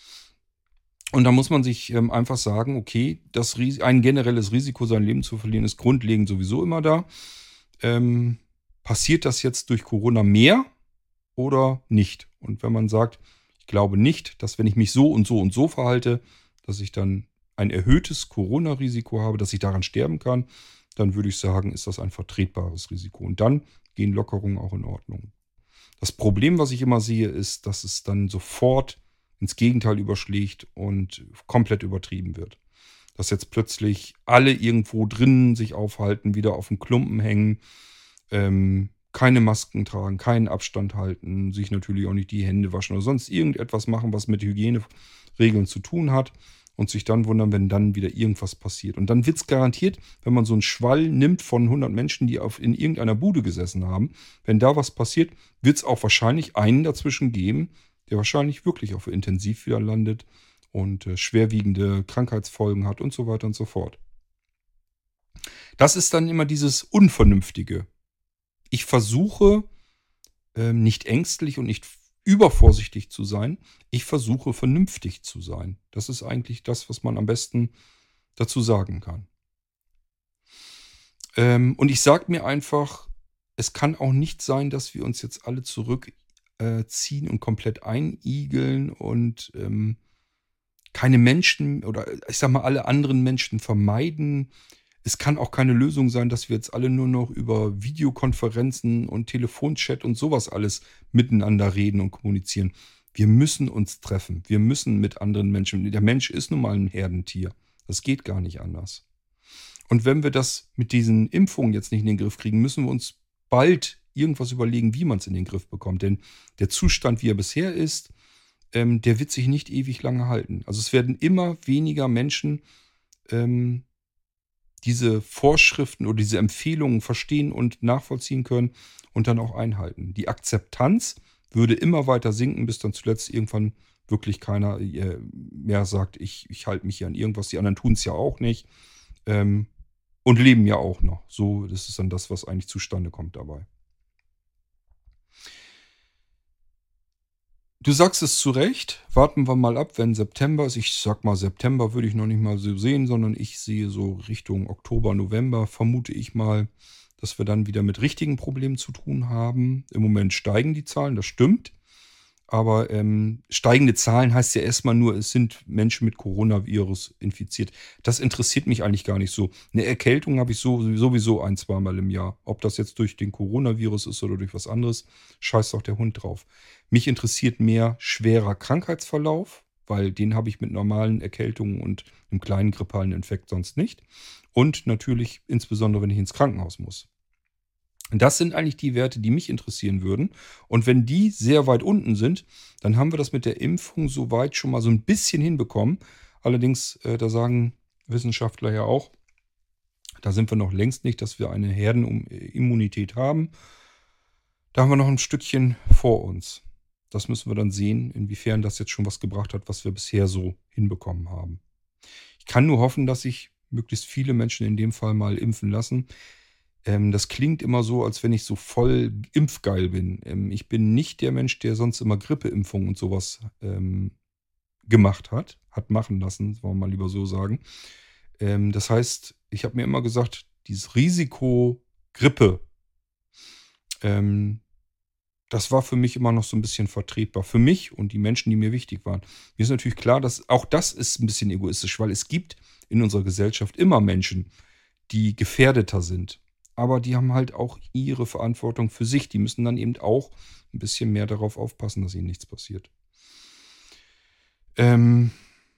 Und da muss man sich ähm, einfach sagen, okay, das Ris- ein generelles Risiko, sein Leben zu verlieren, ist grundlegend sowieso immer da. Ähm, passiert das jetzt durch Corona mehr oder nicht? Und wenn man sagt, ich glaube nicht, dass wenn ich mich so und so und so verhalte, dass ich dann ein erhöhtes Corona-Risiko habe, dass ich daran sterben kann, dann würde ich sagen, ist das ein vertretbares Risiko. Und dann gehen Lockerungen auch in Ordnung. Das Problem, was ich immer sehe, ist, dass es dann sofort ins Gegenteil überschlägt und komplett übertrieben wird. Dass jetzt plötzlich alle irgendwo drinnen sich aufhalten, wieder auf dem Klumpen hängen, ähm, keine Masken tragen, keinen Abstand halten, sich natürlich auch nicht die Hände waschen oder sonst irgendetwas machen, was mit Hygieneregeln zu tun hat und sich dann wundern, wenn dann wieder irgendwas passiert. Und dann wird es garantiert, wenn man so einen Schwall nimmt von hundert Menschen, die auf, in irgendeiner Bude gesessen haben, wenn da was passiert, wird es auch wahrscheinlich einen dazwischen geben, der wahrscheinlich wirklich auf Intensiv wieder landet und äh, schwerwiegende Krankheitsfolgen hat und so weiter und so fort. Das ist dann immer dieses Unvernünftige. Ich versuche ähm, nicht ängstlich und nicht übervorsichtig zu sein. Ich versuche vernünftig zu sein. Das ist eigentlich das, was man am besten dazu sagen kann. Ähm, und ich sage mir einfach, es kann auch nicht sein, dass wir uns jetzt alle zurückziehen und komplett einigeln und ähm, keine Menschen oder ich sag mal alle anderen Menschen vermeiden. Es kann auch keine Lösung sein, dass wir jetzt alle nur noch über Videokonferenzen und Telefonchat und sowas alles miteinander reden und kommunizieren. Wir müssen uns treffen. Wir müssen mit anderen Menschen. Der Mensch ist nun mal ein Herdentier. Das geht gar nicht anders. Und wenn wir das mit diesen Impfungen jetzt nicht in den Griff kriegen, müssen wir uns bald irgendwas überlegen, wie man es in den Griff bekommt. Denn der Zustand, wie er bisher ist, ähm, der wird sich nicht ewig lange halten. Also es werden immer weniger Menschen ähm, diese Vorschriften oder diese Empfehlungen verstehen und nachvollziehen können und dann auch einhalten. Die Akzeptanz würde immer weiter sinken, bis dann zuletzt irgendwann wirklich keiner äh, mehr sagt, ich, ich halte mich hier an irgendwas. Die anderen tun es ja auch nicht. Ähm, Und leben ja auch noch. So, das ist dann das, was eigentlich zustande kommt dabei. Du sagst es zu Recht. Warten wir mal ab, wenn September ist. Ich sag mal, September würde ich noch nicht mal so sehen, sondern ich sehe so Richtung Oktober, November, vermute ich mal, dass wir dann wieder mit richtigen Problemen zu tun haben. Im Moment steigen die Zahlen, das stimmt. Aber ähm, steigende Zahlen heißt ja erstmal nur, es sind Menschen mit Coronavirus infiziert. Das interessiert mich eigentlich gar nicht so. Eine Erkältung habe ich so, sowieso ein, zweimal im Jahr. Ob das jetzt durch den Coronavirus ist oder durch was anderes, scheißt auch der Hund drauf. Mich interessiert mehr schwerer Krankheitsverlauf, weil den habe ich mit normalen Erkältungen und einem kleinen grippalen Infekt sonst nicht. Und natürlich insbesondere, wenn ich ins Krankenhaus muss. Das sind eigentlich die Werte, die mich interessieren würden. Und wenn die sehr weit unten sind, dann haben wir das mit der Impfung soweit schon mal so ein bisschen hinbekommen. Allerdings, äh, da sagen Wissenschaftler ja auch, da sind wir noch längst nicht, dass wir eine Herdenimmunität haben. Da haben wir noch ein Stückchen vor uns. Das müssen wir dann sehen, inwiefern das jetzt schon was gebracht hat, was wir bisher so hinbekommen haben. Ich kann nur hoffen, dass sich möglichst viele Menschen in dem Fall mal impfen lassen. Ähm, das klingt immer so, als wenn ich so voll impfgeil bin. Ähm, ich bin nicht der Mensch, der sonst immer Grippeimpfungen und sowas ähm, gemacht hat, hat machen lassen, wollen wir mal lieber so sagen. Ähm, das heißt, ich habe mir immer gesagt, dieses Risiko Grippe, ähm, das war für mich immer noch so ein bisschen vertretbar. Für mich und die Menschen, die mir wichtig waren. Mir ist natürlich klar, dass auch das ist ein bisschen egoistisch, weil es gibt in unserer Gesellschaft immer Menschen, die gefährdeter sind. Aber die haben halt auch ihre Verantwortung für sich. Die müssen dann eben auch ein bisschen mehr darauf aufpassen, dass ihnen nichts passiert. Ähm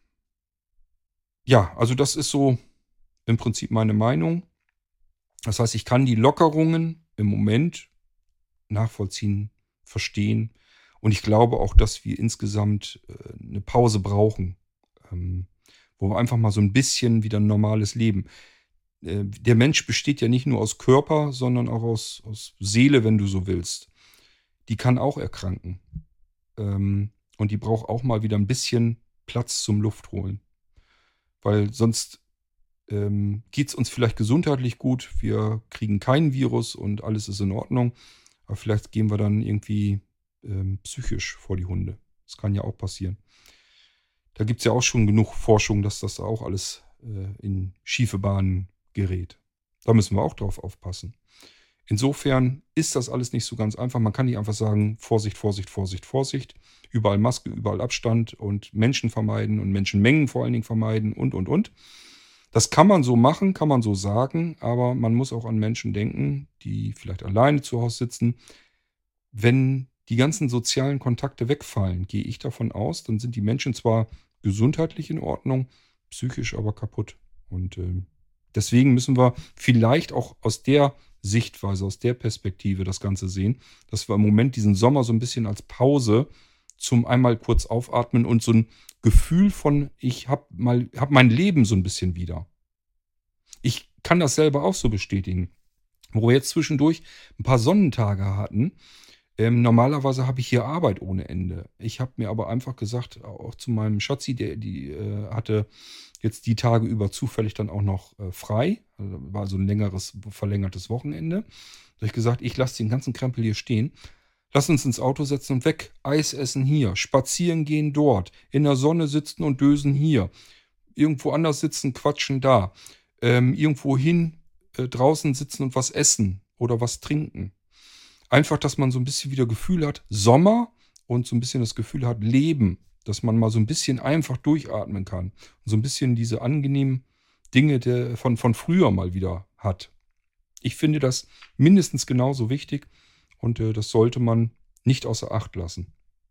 ja, also das ist so im Prinzip meine Meinung. Das heißt, ich kann die Lockerungen im Moment nachvollziehen, verstehen. Und ich glaube auch, dass wir insgesamt äh, eine Pause brauchen, ähm, wo wir einfach mal so ein bisschen wieder ein normales Leben. Der Mensch besteht ja nicht nur aus Körper, sondern auch aus, aus Seele, wenn du so willst. Die kann auch erkranken. Ähm, und die braucht auch mal wieder ein bisschen Platz zum Luftholen. Weil sonst ähm, geht es uns vielleicht gesundheitlich gut. Wir kriegen kein Virus und alles ist in Ordnung. Aber vielleicht gehen wir dann irgendwie ähm, psychisch vor die Hunde. Das kann ja auch passieren. Da gibt es ja auch schon genug Forschung, dass das auch alles äh, in schiefe Bahnen gerät. Da müssen wir auch drauf aufpassen. Insofern ist das alles nicht so ganz einfach. Man kann nicht einfach sagen, Vorsicht, Vorsicht, Vorsicht, Vorsicht. Überall Maske, überall Abstand und Menschen vermeiden und Menschenmengen vor allen Dingen vermeiden und, und, und. Das kann man so machen, kann man so sagen, aber man muss auch an Menschen denken, die vielleicht alleine zu Hause sitzen. Wenn die ganzen sozialen Kontakte wegfallen, gehe ich davon aus, dann sind die Menschen zwar gesundheitlich in Ordnung, psychisch aber kaputt. Und äh, deswegen müssen wir vielleicht auch aus der Sichtweise, aus der Perspektive das Ganze sehen, dass wir im Moment diesen Sommer so ein bisschen als Pause zum einmal kurz aufatmen und so ein Gefühl von, ich habe mal, hab mein Leben so ein bisschen wieder. Ich kann das selber auch so bestätigen. Wo wir jetzt zwischendurch ein paar Sonnentage hatten, ähm, normalerweise habe ich hier Arbeit ohne Ende. Ich habe mir aber einfach gesagt, auch zu meinem Schatzi, der die äh, hatte jetzt die Tage über zufällig dann auch noch äh, frei. Also war so ein längeres, verlängertes Wochenende. Da habe ich gesagt, ich lasse den ganzen Krempel hier stehen. Lass uns ins Auto setzen und weg. Eis essen hier. Spazieren gehen dort. In der Sonne sitzen und dösen hier. Irgendwo anders sitzen, quatschen da. Ähm, irgendwo hin, äh, draußen sitzen und was essen oder was trinken. Einfach, dass man so ein bisschen wieder Gefühl hat, Sommer und so ein bisschen das Gefühl hat, Leben. Dass man mal so ein bisschen einfach durchatmen kann. Und so ein bisschen diese angenehmen Dinge der, von, von früher mal wieder hat. Ich finde das mindestens genauso wichtig und äh, das sollte man nicht außer Acht lassen.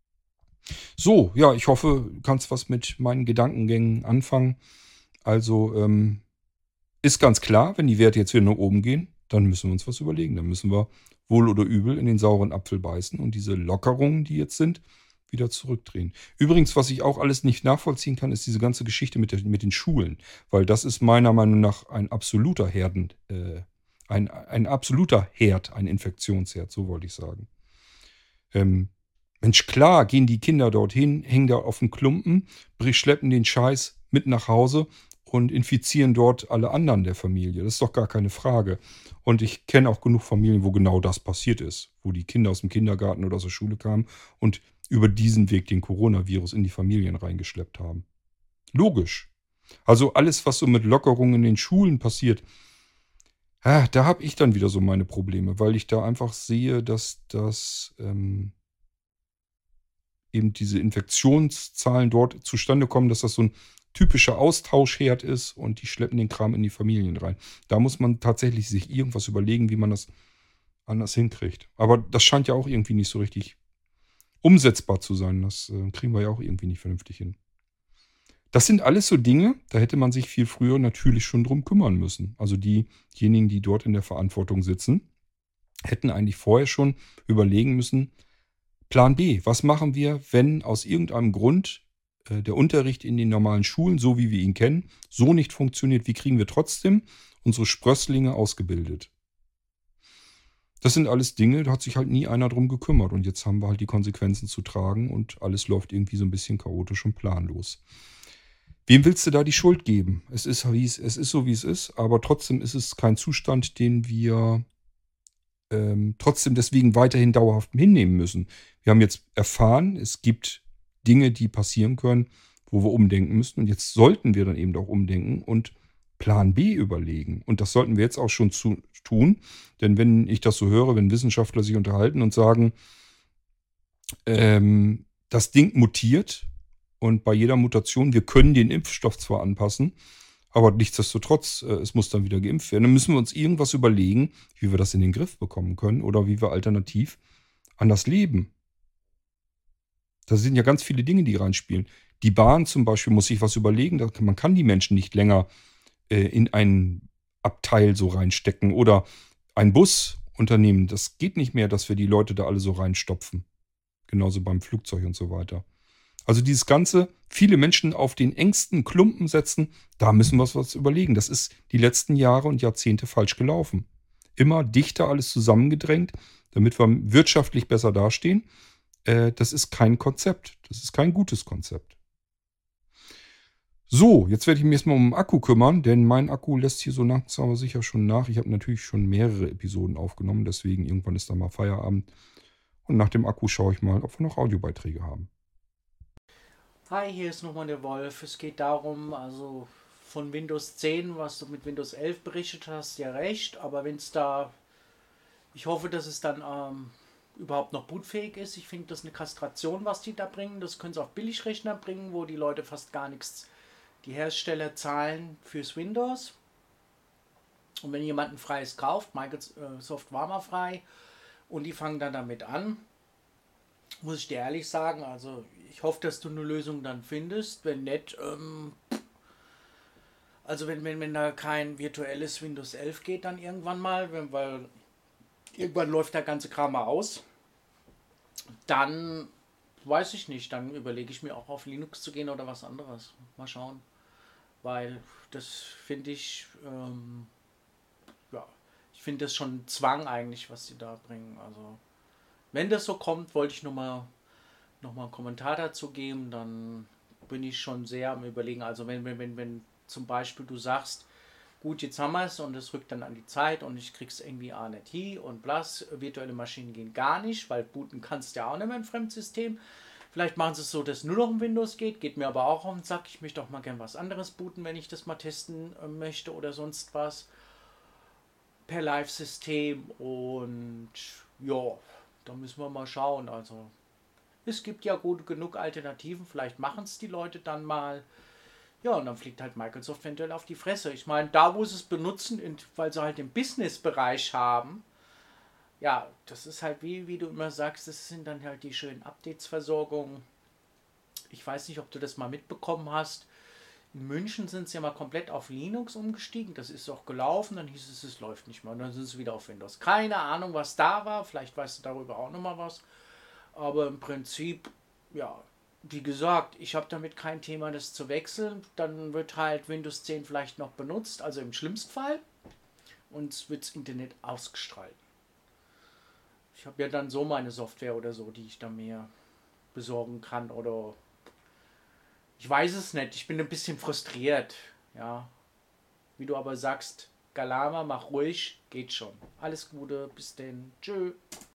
So, ja, ich hoffe, du kannst was mit meinen Gedankengängen anfangen. Also ähm, ist ganz klar, wenn die Werte jetzt wieder nach oben gehen, dann müssen wir uns was überlegen. Dann müssen wir wohl oder übel in den sauren Apfel beißen und diese Lockerungen, die jetzt sind, wieder zurückdrehen. Übrigens, was ich auch alles nicht nachvollziehen kann, ist diese ganze Geschichte mit, der, mit den Schulen. Weil das ist meiner Meinung nach ein absoluter Herden, äh, ein, ein absoluter Herd, ein Infektionsherd, so wollte ich sagen. Ähm, Mensch, klar, gehen die Kinder dorthin, hängen da auf dem Klumpen, schleppen den Scheiß mit nach Hause und infizieren dort alle anderen der Familie. Das ist doch gar keine Frage. Und ich kenne auch genug Familien, wo genau das passiert ist. Wo die Kinder aus dem Kindergarten oder aus der Schule kamen und über diesen Weg den Coronavirus in die Familien reingeschleppt haben. Logisch. Also alles, was so mit Lockerungen in den Schulen passiert, ah, da habe ich dann wieder so meine Probleme, weil ich da einfach sehe, dass das ähm, eben diese Infektionszahlen dort zustande kommen, dass das so ein typischer Austauschherd ist und die schleppen den Kram in die Familien rein. Da muss man tatsächlich sich irgendwas überlegen, wie man das anders hinkriegt. Aber das scheint ja auch irgendwie nicht so richtig umsetzbar zu sein. Das äh, kriegen wir ja auch irgendwie nicht vernünftig hin. Das sind alles so Dinge, da hätte man sich viel früher natürlich schon drum kümmern müssen. Also diejenigen, die dort in der Verantwortung sitzen, hätten eigentlich vorher schon überlegen müssen, Plan B, was machen wir, wenn aus irgendeinem Grund äh, der Unterricht in den normalen Schulen, so wie wir ihn kennen, so nicht funktioniert? Wie kriegen wir trotzdem unsere Sprösslinge ausgebildet? Das sind alles Dinge, da hat sich halt nie einer drum gekümmert. Und jetzt haben wir halt die Konsequenzen zu tragen und alles läuft irgendwie so ein bisschen chaotisch und planlos. Wem willst du da die Schuld geben? Es ist, wie es, es ist so, wie es ist, aber trotzdem ist es kein Zustand, den wir ähm, trotzdem deswegen weiterhin dauerhaft hinnehmen müssen. Wir haben jetzt erfahren, es gibt Dinge, die passieren können, wo wir umdenken müssen. Und jetzt sollten wir dann eben auch umdenken und Plan B überlegen. Und das sollten wir jetzt auch schon zu, tun. Denn wenn ich das so höre, wenn Wissenschaftler sich unterhalten und sagen, ähm, das Ding mutiert und bei jeder Mutation, wir können den Impfstoff zwar anpassen, aber nichtsdestotrotz, äh, es muss dann wieder geimpft werden. Dann müssen wir uns irgendwas überlegen, wie wir das in den Griff bekommen können oder wie wir alternativ anders leben. Da sind ja ganz viele Dinge, die reinspielen. Die Bahn zum Beispiel muss sich was überlegen. Da kann, man kann die Menschen nicht länger äh, in ein Abteil so reinstecken oder ein Busunternehmen. Das geht nicht mehr, dass wir die Leute da alle so reinstopfen. Genauso beim Flugzeug und so weiter. Also dieses Ganze, viele Menschen auf den engsten Klumpen setzen, da müssen wir uns was überlegen. Das ist die letzten Jahre und Jahrzehnte falsch gelaufen. Immer dichter alles zusammengedrängt, damit wir wirtschaftlich besser dastehen. Äh, das ist kein Konzept. Das ist kein gutes Konzept. So, jetzt werde ich mich erstmal um den Akku kümmern, denn mein Akku lässt hier so langsam aber sicher schon nach. Ich habe natürlich schon mehrere Episoden aufgenommen, deswegen irgendwann ist da mal Feierabend. Und nach dem Akku schaue ich mal, ob wir noch Audiobeiträge haben. Hi, hier ist nochmal der Wolf. Es geht darum, also von Windows zehn, was du mit Windows elf berichtet hast, ja recht, aber wenn es da, ich hoffe, dass es dann ähm, überhaupt noch bootfähig ist. Ich finde das eine Kastration, was die da bringen. Das können sie auf Billigrechner bringen, wo die Leute fast gar nichts, die Hersteller zahlen fürs Windows. Und wenn jemand ein freies kauft, Microsoft war mal frei, und die fangen dann damit an, muss ich dir ehrlich sagen, also ich hoffe, dass du eine Lösung dann findest. Wenn nicht, ähm, also wenn, wenn, wenn da kein virtuelles Windows elf geht dann irgendwann mal, wenn, weil irgendwann läuft der ganze Kram mal aus, dann weiß ich nicht, dann überlege ich mir auch auf Linux zu gehen oder was anderes. Mal schauen. Weil das finde ich, ähm, ja, ich finde das schon Zwang eigentlich, was sie da bringen. Also wenn das so kommt, wollte ich nochmal noch mal einen Kommentar dazu geben, dann bin ich schon sehr am Überlegen. Also wenn, wenn, wenn, wenn zum Beispiel du sagst, gut, jetzt haben wir es und es rückt dann an die Zeit und ich krieg's irgendwie auch nicht hin und blass, virtuelle Maschinen gehen gar nicht, weil booten kannst du ja auch nicht mehr im Fremdsystem. Vielleicht machen sie es so, dass nur noch um Windows geht, geht mir aber auch auf den Sack. Ich möchte auch mal gern was anderes booten, wenn ich das mal testen äh, möchte oder sonst was. Per Live-System und ja, da müssen wir mal schauen. Also es gibt ja gut genug Alternativen, vielleicht machen es die Leute dann mal. Ja, und dann fliegt halt Microsoft eventuell auf die Fresse. Ich meine, da wo sie es benutzen, weil sie halt den Business-Bereich haben, ja, das ist halt wie, wie du immer sagst, das sind dann halt die schönen Updates-Versorgung. Ich weiß nicht, ob du das mal mitbekommen hast. In München sind sie ja mal komplett auf Linux umgestiegen. Das ist auch gelaufen. Dann hieß es, es läuft nicht mehr. Und dann sind sie wieder auf Windows. Keine Ahnung, was da war. Vielleicht weißt du darüber auch nochmal was. Aber im Prinzip, ja, wie gesagt, ich habe damit kein Thema, das zu wechseln. Dann wird halt Windows zehn vielleicht noch benutzt. Also im schlimmsten Fall. Und es wird das Internet ausgestrahlt. Ich habe ja dann so meine Software oder so, die ich dann mir besorgen kann oder ich weiß es nicht. Ich bin ein bisschen frustriert, ja. Wie du aber sagst, Galama, mach ruhig, geht schon. Alles Gute, bis denn. Tschö.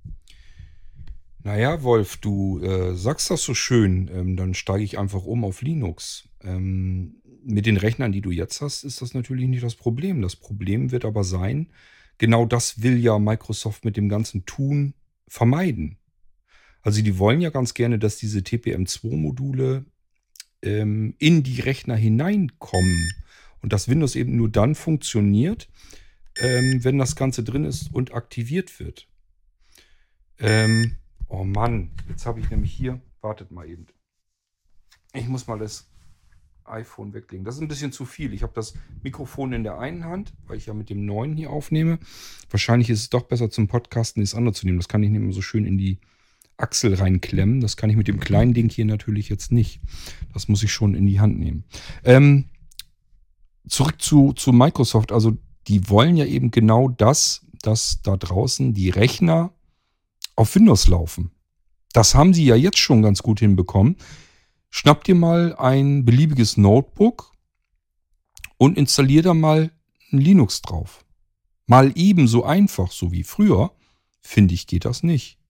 Naja, Wolf, du äh, sagst das so schön, ähm, dann steige ich einfach um auf Linux. Ähm, mit den Rechnern, die du jetzt hast, ist das natürlich nicht das Problem. Das Problem wird aber sein, genau das will ja Microsoft mit dem ganzen Tun vermeiden. Also die wollen ja ganz gerne, dass diese T P M zwei Module ähm, in die Rechner hineinkommen. Und dass Windows eben nur dann funktioniert, ähm, wenn das Ganze drin ist und aktiviert wird. Ähm, oh Mann, jetzt habe ich nämlich hier, wartet mal eben. Ich muss mal das iPhone weglegen. Das ist ein bisschen zu viel. Ich habe das Mikrofon in der einen Hand, weil ich ja mit dem neuen hier aufnehme. Wahrscheinlich ist es doch besser zum Podcasten, das andere zu nehmen. Das kann ich nicht mehr so schön in die Achsel reinklemmen. Das kann ich mit dem kleinen Ding hier natürlich jetzt nicht. Das muss ich schon in die Hand nehmen. Ähm, zurück zu, zu Microsoft. Also die wollen ja eben genau das, dass da draußen die Rechner auf Windows laufen. Das haben sie ja jetzt schon ganz gut hinbekommen. Schnapp dir mal ein beliebiges Notebook und installier da mal ein Linux drauf. Mal ebenso einfach, so wie früher, finde ich, geht das nicht.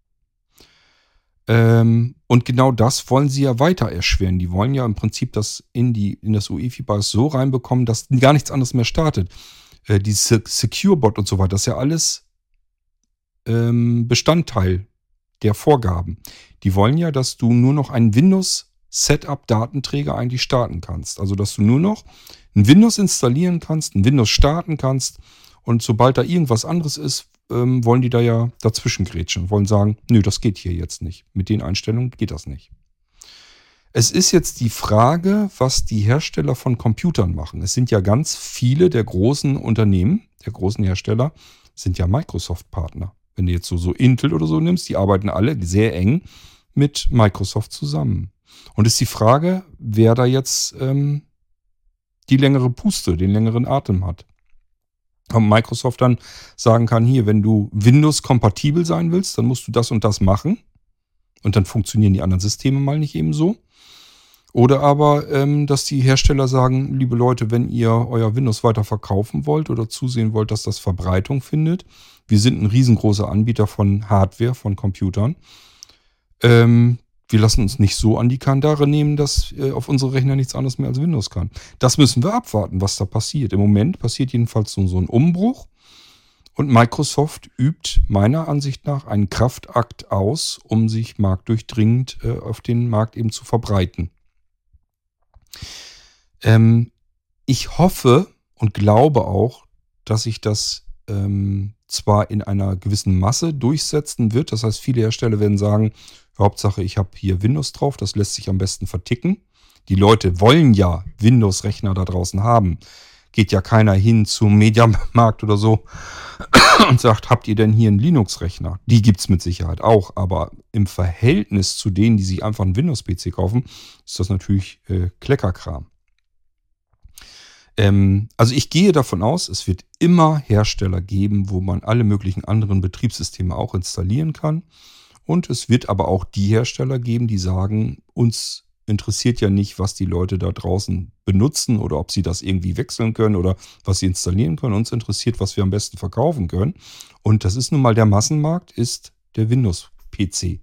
Ähm, und genau das wollen sie ja weiter erschweren. Die wollen ja im Prinzip das in, die, in das U E F I-BIOS so reinbekommen, dass gar nichts anderes mehr startet. Äh, die SecureBot und so weiter, das ist ja alles ähm, Bestandteil der Vorgaben. Die wollen ja, dass du nur noch einen Windows-Setup-Datenträger eigentlich starten kannst. Also, dass du nur noch ein Windows installieren kannst, ein Windows starten kannst und sobald da irgendwas anderes ist, ähm, wollen die da ja dazwischen grätschen und wollen sagen, nö, das geht hier jetzt nicht. Mit den Einstellungen geht das nicht. Es ist jetzt die Frage, was die Hersteller von Computern machen. Es sind ja ganz viele der großen Unternehmen, der großen Hersteller, sind ja Microsoft-Partner. Wenn du jetzt so, so Intel oder so nimmst, die arbeiten alle sehr eng mit Microsoft zusammen. Und es ist die Frage, wer da jetzt ähm, die längere Puste, den längeren Atem hat. Und Microsoft dann sagen kann, hier, wenn du Windows-kompatibel sein willst, dann musst du das und das machen. Und dann funktionieren die anderen Systeme mal nicht eben so. Oder aber, ähm, dass die Hersteller sagen, liebe Leute, wenn ihr euer Windows weiter verkaufen wollt oder zusehen wollt, dass das Verbreitung findet, wir sind ein riesengroßer Anbieter von Hardware, von Computern. Ähm, wir lassen uns nicht so an die Kandare nehmen, dass äh, auf unsere Rechner nichts anderes mehr als Windows kann. Das müssen wir abwarten, was da passiert. Im Moment passiert jedenfalls so, so ein Umbruch. Und Microsoft übt meiner Ansicht nach einen Kraftakt aus, um sich marktdurchdringend äh, auf den Markt eben zu verbreiten. Ähm, ich hoffe und glaube auch, dass sich das ähm, zwar in einer gewissen Masse durchsetzen wird. Das heißt, viele Hersteller werden sagen, Hauptsache ich habe hier Windows drauf, das lässt sich am besten verticken. Die Leute wollen ja Windows-Rechner da draußen haben. Geht ja keiner hin zum Mediamarkt oder so und sagt, habt ihr denn hier einen Linux-Rechner? Die gibt es mit Sicherheit auch, aber im Verhältnis zu denen, die sich einfach einen Windows-P C kaufen, ist das natürlich äh, Kleckerkram. Ähm, also ich gehe davon aus, es wird immer Hersteller geben, wo man alle möglichen anderen Betriebssysteme auch installieren kann. Und es wird aber auch die Hersteller geben, die sagen, uns interessiert ja nicht, was die Leute da draußen benutzen oder ob sie das irgendwie wechseln können oder was sie installieren können. Uns interessiert, was wir am besten verkaufen können. Und das ist nun mal der Massenmarkt, ist der Windows-P C.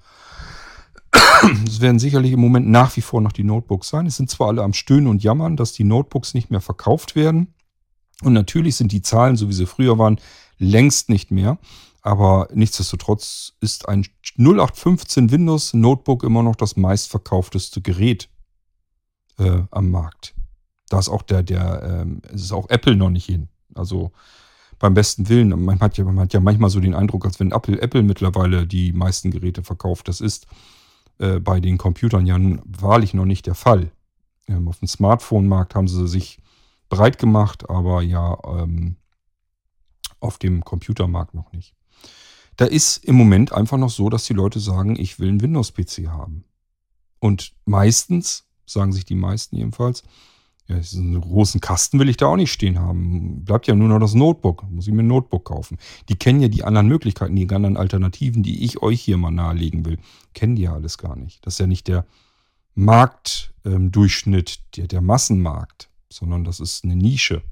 Es werden sicherlich im Moment nach wie vor noch die Notebooks sein. Es sind zwar alle am Stöhnen und Jammern, dass die Notebooks nicht mehr verkauft werden. Und natürlich sind die Zahlen, so wie sie früher waren, längst nicht mehr. Aber nichtsdestotrotz ist ein null acht fünfzehn Windows Notebook immer noch das meistverkaufteste Gerät äh, am Markt. Da ist auch der, der, ähm, es ist auch Apple noch nicht hin. Also beim besten Willen, man hat ja, man hat ja manchmal so den Eindruck, als wenn Apple, Apple mittlerweile die meisten Geräte verkauft. Das ist äh, bei den Computern ja wahrlich noch nicht der Fall. Ähm, auf dem Smartphone-Markt haben sie sich breit gemacht, aber ja ähm, auf dem Computermarkt noch nicht. Da ist im Moment einfach noch so, dass die Leute sagen, ich will einen Windows-P C haben. Und meistens, sagen sich die meisten jedenfalls, ja, einen großen Kasten will ich da auch nicht stehen haben. Bleibt ja nur noch das Notebook. Muss ich mir ein Notebook kaufen. Die kennen ja die anderen Möglichkeiten, die anderen Alternativen, die ich euch hier mal nahelegen will. Kennen die ja alles gar nicht. Das ist ja nicht der Marktdurchschnitt, ähm, der, der Massenmarkt, sondern das ist eine Nische.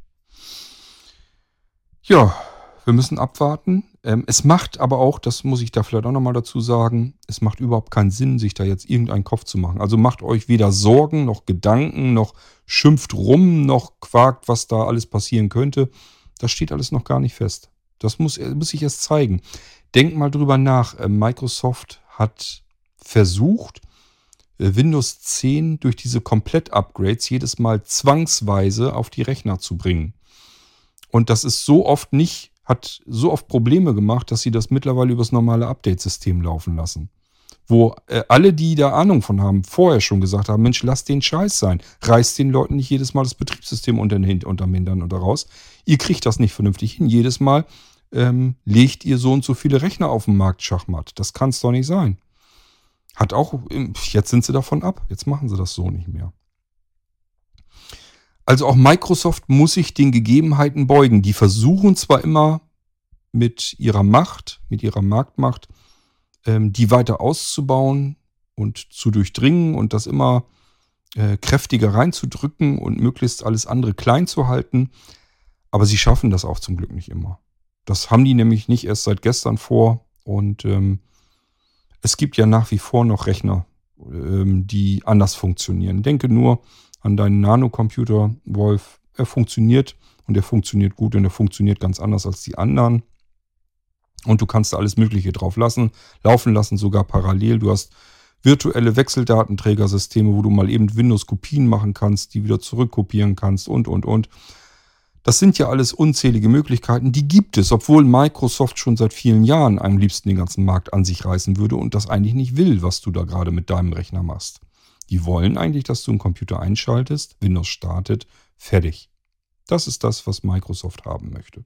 Ja, wir müssen abwarten. Ähm, es macht aber auch, das muss ich da vielleicht auch nochmal dazu sagen, es macht überhaupt keinen Sinn, sich da jetzt irgendeinen Kopf zu machen. Also macht euch weder Sorgen, noch Gedanken, noch schimpft rum, noch quakt, was da alles passieren könnte. Das steht alles noch gar nicht fest. Das muss, muss ich erst zeigen. Denkt mal drüber nach. Äh, Microsoft hat versucht, äh, Windows zehn durch diese Komplett-Upgrades jedes Mal zwangsweise auf die Rechner zu bringen. Und das ist so oft nicht, hat so oft Probleme gemacht, dass sie das mittlerweile übers normale Update-System laufen lassen. Wo äh, alle, die da Ahnung von haben, vorher schon gesagt haben, Mensch, lasst den Scheiß sein. Reißt den Leuten nicht jedes Mal das Betriebssystem unter den unterm Hintern oder raus. Ihr kriegt das nicht vernünftig hin. Jedes Mal ähm, legt ihr so und so viele Rechner auf den Markt Schachmatt. Das kann es doch nicht sein. Hat auch, jetzt sind sie davon ab. Jetzt machen sie das so nicht mehr. Also auch Microsoft muss sich den Gegebenheiten beugen. Die versuchen zwar immer mit ihrer Macht, mit ihrer Marktmacht, ähm, die weiter auszubauen und zu durchdringen und das immer äh, kräftiger reinzudrücken und möglichst alles andere klein zu halten. Aber sie schaffen das auch zum Glück nicht immer. Das haben die nämlich nicht erst seit gestern vor. Und ähm, es gibt ja nach wie vor noch Rechner, ähm, die anders funktionieren. Denke nur an deinen Nanocomputer, Wolf. Er funktioniert und er funktioniert gut und er funktioniert ganz anders als die anderen. Und du kannst da alles Mögliche drauf lassen, laufen lassen, sogar parallel. Du hast virtuelle Wechseldatenträgersysteme, wo du mal eben Windows-Kopien machen kannst, die wieder zurückkopieren kannst und, und, und. Das sind ja alles unzählige Möglichkeiten, die gibt es, obwohl Microsoft schon seit vielen Jahren am liebsten den ganzen Markt an sich reißen würde und das eigentlich nicht will, was du da gerade mit deinem Rechner machst. Die wollen eigentlich, dass du einen Computer einschaltest, Windows startet, fertig. Das ist das, was Microsoft haben möchte.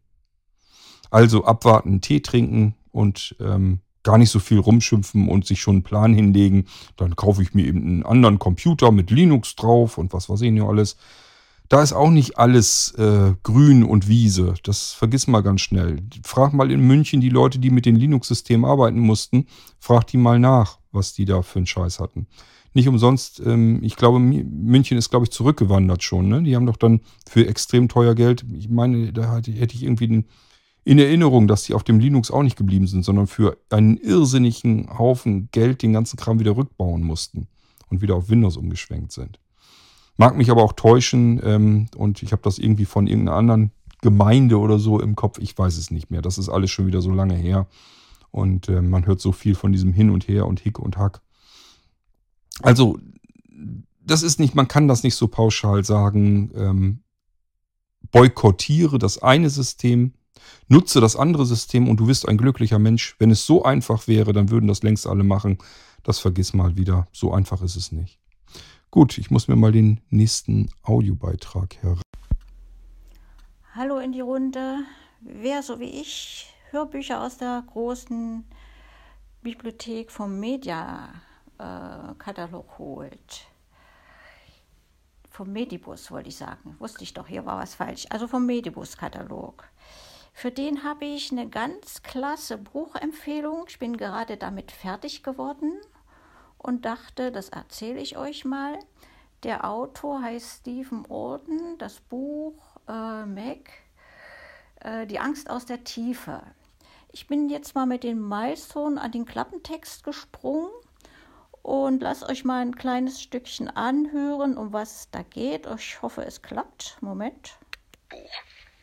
Also abwarten, Tee trinken und ähm, gar nicht so viel rumschimpfen und sich schon einen Plan hinlegen. Dann kaufe ich mir eben einen anderen Computer mit Linux drauf und was weiß ich nicht alles. Da ist auch nicht alles äh, grün und Wiese. Das vergiss mal ganz schnell. Frag mal in München die Leute, die mit den Linux-Systemen arbeiten mussten. Frag die mal nach, was die da für einen Scheiß hatten. Nicht umsonst, ähm, ich glaube, München ist, glaube ich, zurückgewandert schon. Ne? Die haben doch dann für extrem teuer Geld, ich meine, da hätte ich irgendwie den, in Erinnerung, dass die auf dem Linux auch nicht geblieben sind, sondern für einen irrsinnigen Haufen Geld den ganzen Kram wieder rückbauen mussten und wieder auf Windows umgeschwenkt sind. Mag mich aber auch täuschen ähm, und ich habe das irgendwie von irgendeiner anderen Gemeinde oder so im Kopf. Ich weiß es nicht mehr. Das ist alles schon wieder so lange her und äh, man hört so viel von diesem Hin und Her und Hick und Hack. Also, das ist nicht, man kann das nicht so pauschal sagen, ähm, boykottiere das eine System, nutze das andere System und du bist ein glücklicher Mensch. Wenn es so einfach wäre, dann würden das längst alle machen. Das vergiss mal wieder. So einfach ist es nicht. Gut, ich muss mir mal den nächsten Audiobeitrag her. Hallo in die Runde. Wer so wie ich Hörbücher aus der großen Bibliothek vom Media-Katalog holt. Vom Medibus wollte ich sagen. Wusste ich doch, hier war was falsch. Also vom Medibus-Katalog. Für den habe ich eine ganz klasse Buchempfehlung. Ich bin gerade damit fertig geworden. und dachte, das erzähle ich euch mal. Der Autor heißt Stephen Orton, das Buch äh, Meg, äh, Die Angst aus der Tiefe. Ich bin jetzt mal mit dem Milestone an den Klappentext gesprungen und lasst euch mal ein kleines Stückchen anhören, um was es da geht. Ich hoffe, es klappt. Moment. Buch.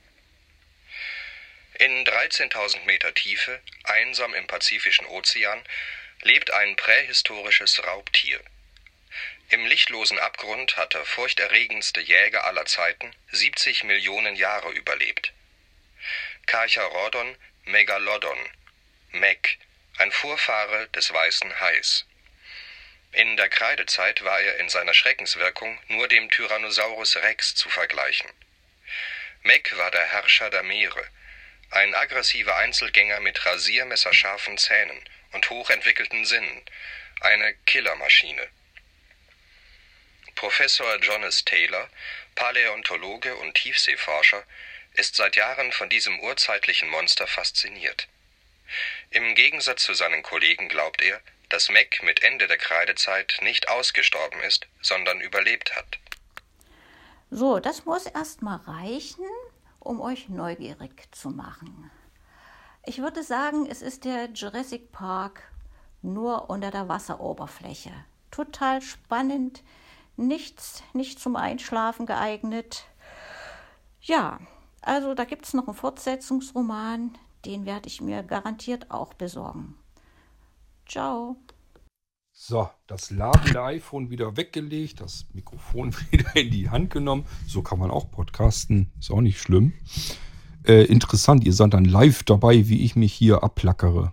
In dreizehntausend Meter Tiefe, einsam im Pazifischen Ozean, lebt ein prähistorisches Raubtier. Im lichtlosen Abgrund hat der furchterregendste Jäger aller Zeiten siebzig Millionen Jahre überlebt. Carcharodon megalodon, Meg, ein Vorfahre des weißen Hais. In der Kreidezeit war er in seiner Schreckenswirkung nur dem Tyrannosaurus Rex zu vergleichen. Meg war der Herrscher der Meere, ein aggressiver Einzelgänger mit rasiermesserscharfen Zähnen und hochentwickelten Sinnen, eine Killermaschine. Professor Jonas Taylor, Paläontologe und Tiefseeforscher, ist seit Jahren von diesem urzeitlichen Monster fasziniert. Im Gegensatz zu seinen Kollegen glaubt er, dass Meg mit Ende der Kreidezeit nicht ausgestorben ist, sondern überlebt hat. So, das muss erstmal reichen, um euch neugierig zu machen. Ich würde sagen, es ist der Jurassic Park nur unter der Wasseroberfläche. Total spannend, nichts, nicht zum Einschlafen geeignet. Ja, also da gibt es noch einen Fortsetzungsroman, den werde ich mir garantiert auch besorgen. Ciao. So, das ladende iPhone wieder weggelegt, das Mikrofon wieder in die Hand genommen. So kann man auch podcasten, ist auch nicht schlimm. Äh, interessant, ihr seid dann live dabei, wie ich mich hier abplackere.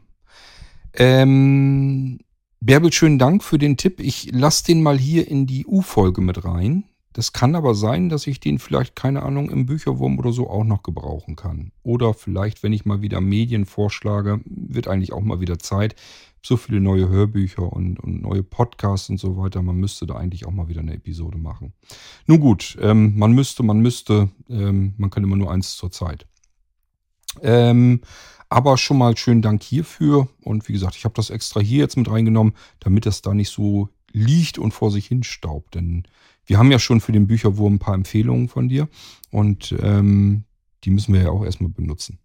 Ähm, Bärbel, schönen Dank für den Tipp. Ich lasse den mal hier in die U-Folge mit rein. Das kann aber sein, dass ich den vielleicht, keine Ahnung, im Bücherwurm oder so auch noch gebrauchen kann. Oder vielleicht, wenn ich mal wieder Medien vorschlage, wird eigentlich auch mal wieder Zeit. So viele neue Hörbücher und, und neue Podcasts und so weiter. Man müsste da eigentlich auch mal wieder eine Episode machen. Nun gut, ähm, man müsste, man müsste, ähm, man kann immer nur eins zur Zeit. Ähm, aber schon mal schönen Dank hierfür. Und wie gesagt, ich habe das extra hier jetzt mit reingenommen, damit das da nicht so liegt und vor sich hin staubt. Denn wir haben ja schon für den Bücherwurm ein paar Empfehlungen von dir. Und ähm, die müssen wir ja auch erstmal benutzen.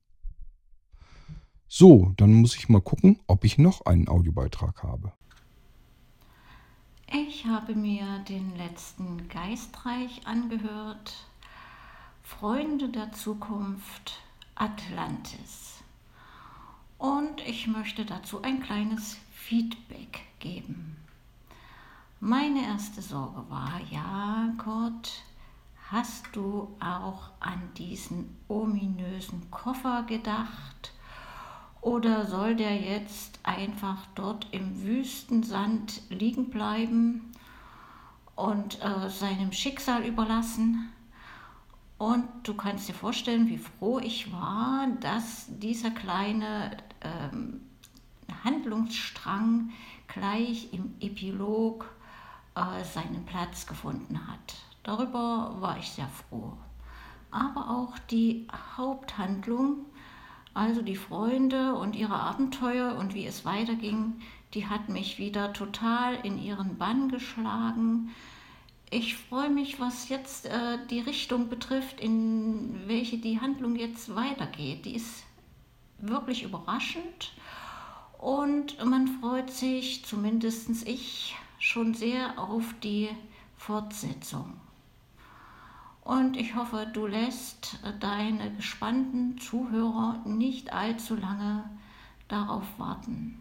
So, dann muss ich mal gucken, ob ich noch einen Audiobeitrag habe. Ich habe mir den letzten Geistreich angehört. Freunde der Zukunft, Atlantis. Und ich möchte dazu ein kleines Feedback geben. Meine erste Sorge war, ja Gott, hast du auch an diesen ominösen Koffer gedacht? Oder soll der jetzt einfach dort im Wüstensand liegen bleiben und äh, seinem Schicksal überlassen? Und du kannst dir vorstellen, wie froh ich war, dass dieser kleine ähm, Handlungsstrang gleich im Epilog äh, seinen Platz gefunden hat. Darüber war ich sehr froh. Aber auch die Haupthandlung, also die Freunde und ihre Abenteuer und wie es weiterging, die hat mich wieder total in ihren Bann geschlagen. Ich freue mich, was jetzt äh, die Richtung betrifft, in welche die Handlung jetzt weitergeht. Die ist wirklich überraschend und man freut sich, zumindest ich, schon sehr auf die Fortsetzung. Und ich hoffe, du lässt deine gespannten Zuhörer nicht allzu lange darauf warten.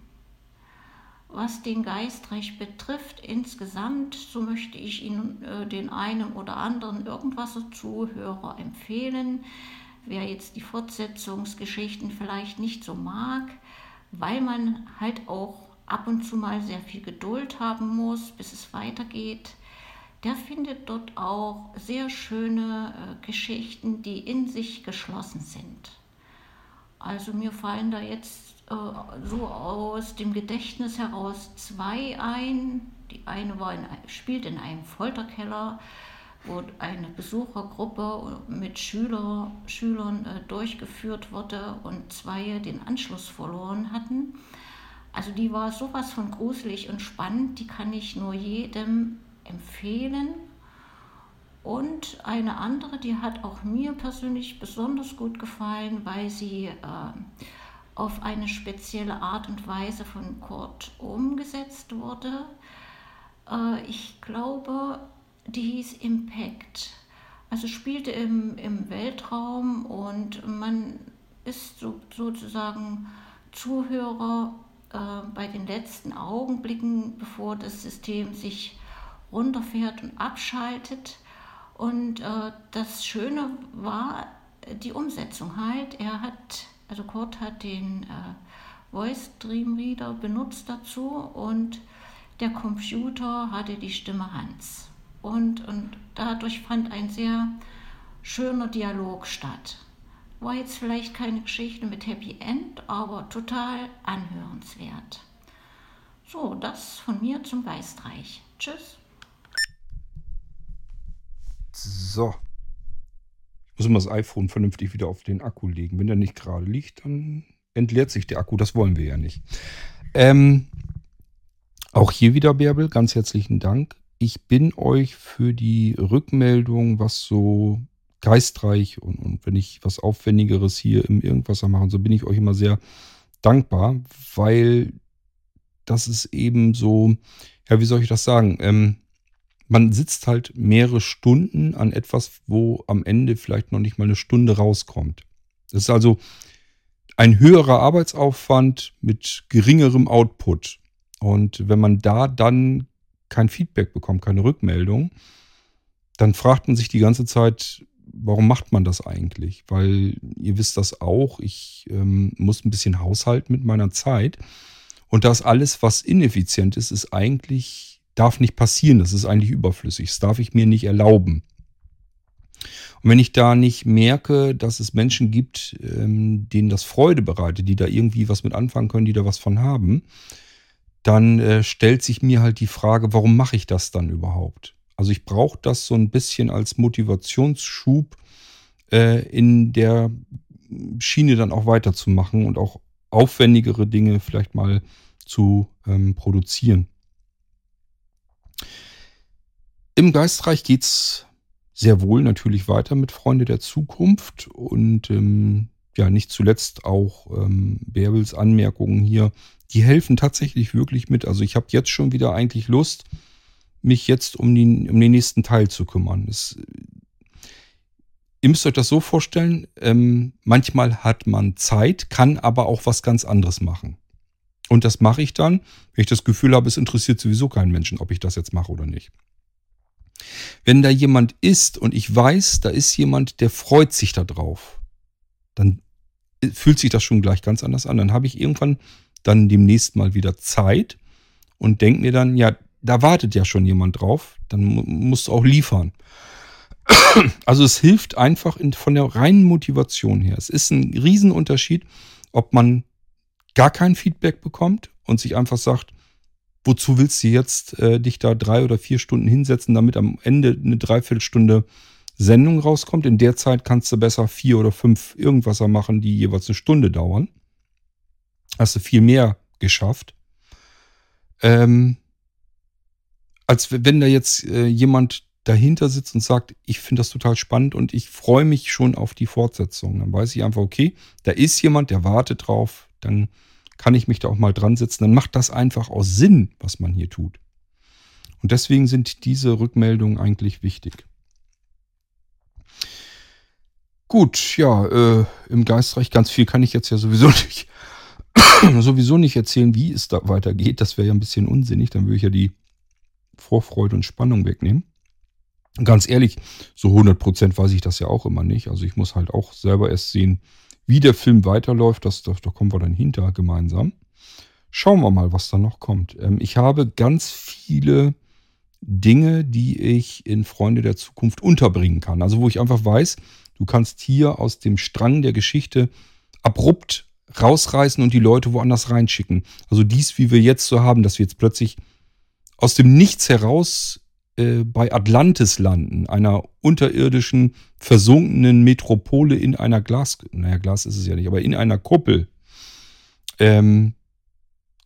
Was den Geistreich betrifft, insgesamt, so möchte ich Ihnen äh, den einen oder anderen Irgendwasser-Zuhörer empfehlen, wer jetzt die Fortsetzungsgeschichten vielleicht nicht so mag, weil man halt auch ab und zu mal sehr viel Geduld haben muss, bis es weitergeht. Der findet dort auch sehr schöne äh, Geschichten, die in sich geschlossen sind. Also mir fallen da jetzt äh, so aus dem Gedächtnis heraus zwei ein. Die eine war in, spielt in einem Folterkeller, wo eine Besuchergruppe mit Schüler, Schülern äh, durchgeführt wurde und zwei den Anschluss verloren hatten. Also die war sowas von gruselig und spannend, die kann ich nur jedem empfehlen. Und eine andere, die hat auch mir persönlich besonders gut gefallen, weil sie äh, auf eine spezielle Art und Weise von Kurt umgesetzt wurde. Äh, ich glaube, die hieß Impact. Also spielte im, im Weltraum und man ist so, sozusagen Zuhörer äh, bei den letzten Augenblicken, bevor das System sich runterfährt und abschaltet. Und äh, das Schöne war die Umsetzung halt. Er hat, also Kurt hat den äh, Voice Dream Reader benutzt dazu und der Computer hatte die Stimme Hans. Und, und dadurch fand ein sehr schöner Dialog statt. War jetzt vielleicht keine Geschichte mit Happy End, aber total anhörenswert. So, das von mir zum Geistreich. Tschüss. So. Ich muss immer das iPhone vernünftig wieder auf den Akku legen. Wenn der nicht gerade liegt, dann entleert sich der Akku. Das wollen wir ja nicht. Ähm, auch hier wieder, Bärbel, ganz herzlichen Dank. Ich bin euch für die Rückmeldung, was so geistreich und, und wenn ich was Aufwendigeres hier im Irgendwasser mache, so bin ich euch immer sehr dankbar, weil das ist eben so, ja, wie soll ich das sagen? Ähm, man sitzt halt mehrere Stunden an etwas, wo am Ende vielleicht noch nicht mal eine Stunde rauskommt. Das ist also ein höherer Arbeitsaufwand mit geringerem Output. Und wenn man da dann kein Feedback bekommt, keine Rückmeldung, dann fragt man sich die ganze Zeit, warum macht man das eigentlich? Weil ihr wisst das auch, ich ähm, muss ein bisschen haushalten mit meiner Zeit. Und das alles, was ineffizient ist, ist eigentlich, darf nicht passieren. Das ist eigentlich überflüssig. Das darf ich mir nicht erlauben. Und wenn ich da nicht merke, dass es Menschen gibt, ähm, denen das Freude bereitet, die da irgendwie was mit anfangen können, die da was von haben, dann äh, stellt sich mir halt die Frage, warum mache ich das dann überhaupt? Also ich brauche das so ein bisschen als Motivationsschub äh, in der Schiene dann auch weiterzumachen und auch aufwendigere Dinge vielleicht mal zu ähm, produzieren. Im Geistreich geht es sehr wohl natürlich weiter mit Freunde der Zukunft und ähm, ja, nicht zuletzt auch ähm, Bärbels Anmerkungen hier, die helfen tatsächlich wirklich mit. Also ich habe jetzt schon wieder eigentlich Lust, mich jetzt um, die, um den nächsten Teil zu kümmern. Es, ihr müsst euch das so vorstellen, ähm, manchmal hat man Zeit, kann aber auch was ganz anderes machen. Und das mache ich dann, wenn ich das Gefühl habe, es interessiert sowieso keinen Menschen, ob ich das jetzt mache oder nicht. Wenn da jemand ist und ich weiß, da ist jemand, der freut sich da drauf, dann fühlt sich das schon gleich ganz anders an. Dann habe ich irgendwann dann demnächst mal wieder Zeit und denke mir dann, ja, da wartet ja schon jemand drauf, dann musst du auch liefern. Also es hilft einfach in, von der reinen Motivation her. Es ist ein Riesenunterschied, ob man gar kein Feedback bekommt und sich einfach sagt, wozu willst du jetzt äh, dich da drei oder vier Stunden hinsetzen, damit am Ende eine Dreiviertelstunde Sendung rauskommt. In der Zeit kannst du besser vier oder fünf Irgendwasser machen, die jeweils eine Stunde dauern. Hast du viel mehr geschafft. Ähm, als wenn da jetzt äh, jemand dahinter sitzt und sagt, ich finde das total spannend und ich freue mich schon auf die Fortsetzung. Dann weiß ich einfach, okay, da ist jemand, der wartet drauf, dann kann ich mich da auch mal dran setzen. Dann macht das einfach auch Sinn, was man hier tut. Und deswegen sind diese Rückmeldungen eigentlich wichtig. Gut, ja, äh, im Geistreich ganz viel kann ich jetzt ja sowieso nicht, sowieso nicht erzählen, wie es da weitergeht. Das wäre ja ein bisschen unsinnig, dann würde ich ja die Vorfreude und Spannung wegnehmen. Und ganz ehrlich, so hundert Prozent weiß ich das ja auch immer nicht. Also ich muss halt auch selber erst sehen, wie der Film weiterläuft. Das, das, da kommen wir dann hinter gemeinsam. Schauen wir mal, was da noch kommt. Ähm, ich habe ganz viele Dinge, die ich in Freunde der Zukunft unterbringen kann. Also wo ich einfach weiß, du kannst hier aus dem Strang der Geschichte abrupt rausreißen und die Leute woanders reinschicken. Also dies, wie wir jetzt so haben, dass wir jetzt plötzlich aus dem Nichts heraus äh, bei Atlantis landen, einer unterirdischen, versunkenen Metropole in einer Glas, naja, Glas ist es ja nicht, aber in einer Kuppel. Ähm,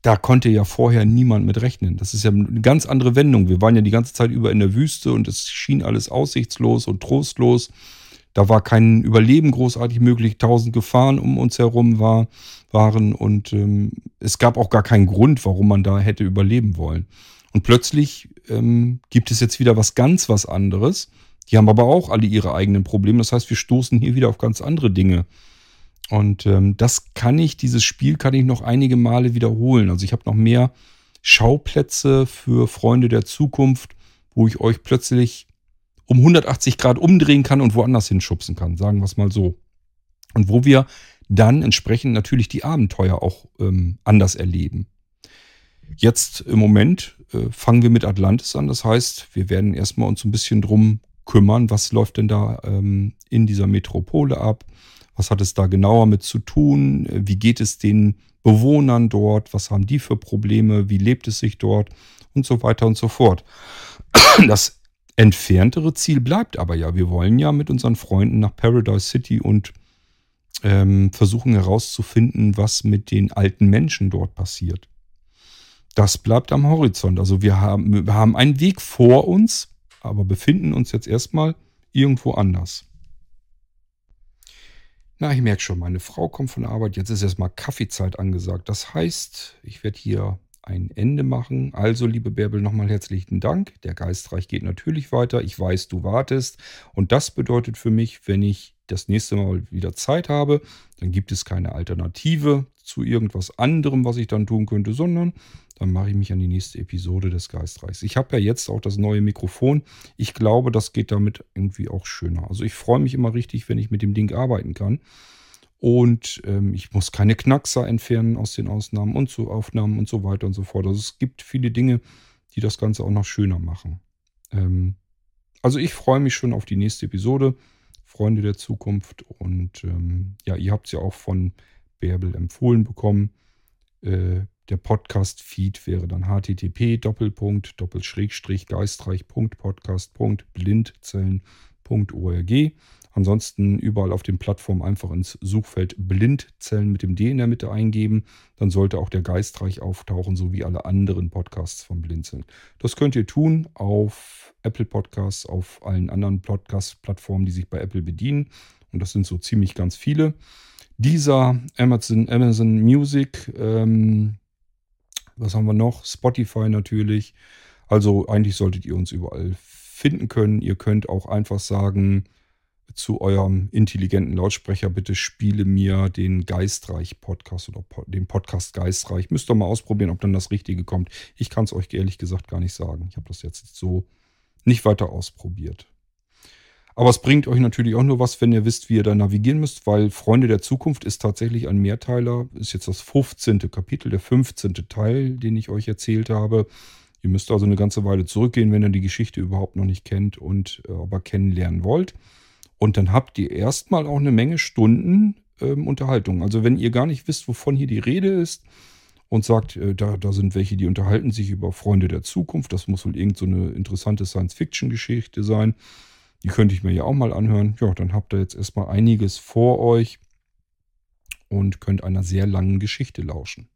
da konnte ja vorher niemand mit rechnen. Das ist ja eine ganz andere Wendung. Wir waren ja die ganze Zeit über in der Wüste und es schien alles aussichtslos und trostlos. Da war kein Überleben großartig möglich. Tausend Gefahren um uns herum war, waren und ähm, es gab auch gar keinen Grund, warum man da hätte überleben wollen. Und plötzlich ähm, gibt es jetzt wieder was ganz was anderes. Die haben aber auch alle ihre eigenen Probleme. Das heißt, wir stoßen hier wieder auf ganz andere Dinge. Und ähm, das kann ich, dieses Spiel kann ich noch einige Male wiederholen. Also ich habe noch mehr Schauplätze für Freunde der Zukunft, wo ich euch plötzlich um hundertachtzig Grad umdrehen kann und woanders hinschubsen kann, sagen wir es mal so. Und wo wir dann entsprechend natürlich die Abenteuer auch ähm, anders erleben. Jetzt im Moment äh, fangen wir mit Atlantis an. Das heißt, wir werden erstmal uns ein bisschen drum kümmern, was läuft denn da ähm, in dieser Metropole ab. Was hat es da genauer mit zu tun? Wie geht es den Bewohnern dort? Was haben die für Probleme? Wie lebt es sich dort? Und so weiter und so fort. Das entferntere Ziel bleibt aber ja. Wir wollen ja mit unseren Freunden nach Paradise City und ähm, versuchen herauszufinden, was mit den alten Menschen dort passiert. Das bleibt am Horizont. Also wir haben, wir haben einen Weg vor uns, aber befinden uns jetzt erstmal irgendwo anders. Na, ich merke schon, meine Frau kommt von der Arbeit. Jetzt ist erstmal Kaffeezeit angesagt. Das heißt, ich werde hier ein Ende machen. Also, liebe Bärbel, nochmal herzlichen Dank. Der Geistreich geht natürlich weiter. Ich weiß, du wartest. Und das bedeutet für mich, wenn ich das nächste Mal wieder Zeit habe, dann gibt es keine Alternative zu irgendwas anderem, was ich dann tun könnte, sondern dann mache ich mich an die nächste Episode des Geistreichs. Ich habe ja jetzt auch das neue Mikrofon. Ich glaube, das geht damit irgendwie auch schöner. Also ich freue mich immer richtig, wenn ich mit dem Ding arbeiten kann. Und ähm, ich muss keine Knackser entfernen aus den Ausnahmen und so Aufnahmen und so weiter und so fort. Also es gibt viele Dinge, die das Ganze auch noch schöner machen. Ähm, also ich freue mich schon auf die nächste Episode, Freunde der Zukunft. Und ähm, ja, ihr habt es ja auch von Bärbel empfohlen bekommen. Äh, der Podcast-Feed wäre dann http doppelpunkt doppelschrägstrich geistreich punkt podcast punkt blindzellen punkt org. Ansonsten überall auf den Plattformen einfach ins Suchfeld Blindzellen mit dem D in der Mitte eingeben. Dann sollte auch der Geistreich auftauchen, so wie alle anderen Podcasts von Blindzellen. Das könnt ihr tun auf Apple Podcasts, auf allen anderen Podcast-Plattformen, die sich bei Apple bedienen. Und das sind so ziemlich ganz viele. Dieser Amazon, Amazon Music, ähm, was haben wir noch? Spotify natürlich. Also eigentlich solltet ihr uns überall finden können. Ihr könnt auch einfach sagen zu eurem intelligenten Lautsprecher, bitte spiele mir den Geistreich-Podcast oder den Podcast Geistreich. Müsst ihr mal ausprobieren, ob dann das Richtige kommt. Ich kann es euch ehrlich gesagt gar nicht sagen. Ich habe das jetzt so nicht weiter ausprobiert. Aber es bringt euch natürlich auch nur was, wenn ihr wisst, wie ihr da navigieren müsst, weil Freunde der Zukunft ist tatsächlich ein Mehrteiler. Ist jetzt das fünfzehnte Kapitel, der fünfzehnte Teil, den ich euch erzählt habe. Ihr müsst also eine ganze Weile zurückgehen, wenn ihr die Geschichte überhaupt noch nicht kennt und äh, aber kennenlernen wollt. Und dann habt ihr erstmal auch eine Menge Stunden ähm, Unterhaltung. Also wenn ihr gar nicht wisst, wovon hier die Rede ist und sagt, äh, da, da sind welche, die unterhalten sich über Freunde der Zukunft. Das muss wohl irgend so eine interessante Science-Fiction-Geschichte sein. Die könnte ich mir ja auch mal anhören. Ja, dann habt ihr jetzt erstmal einiges vor euch und könnt einer sehr langen Geschichte lauschen.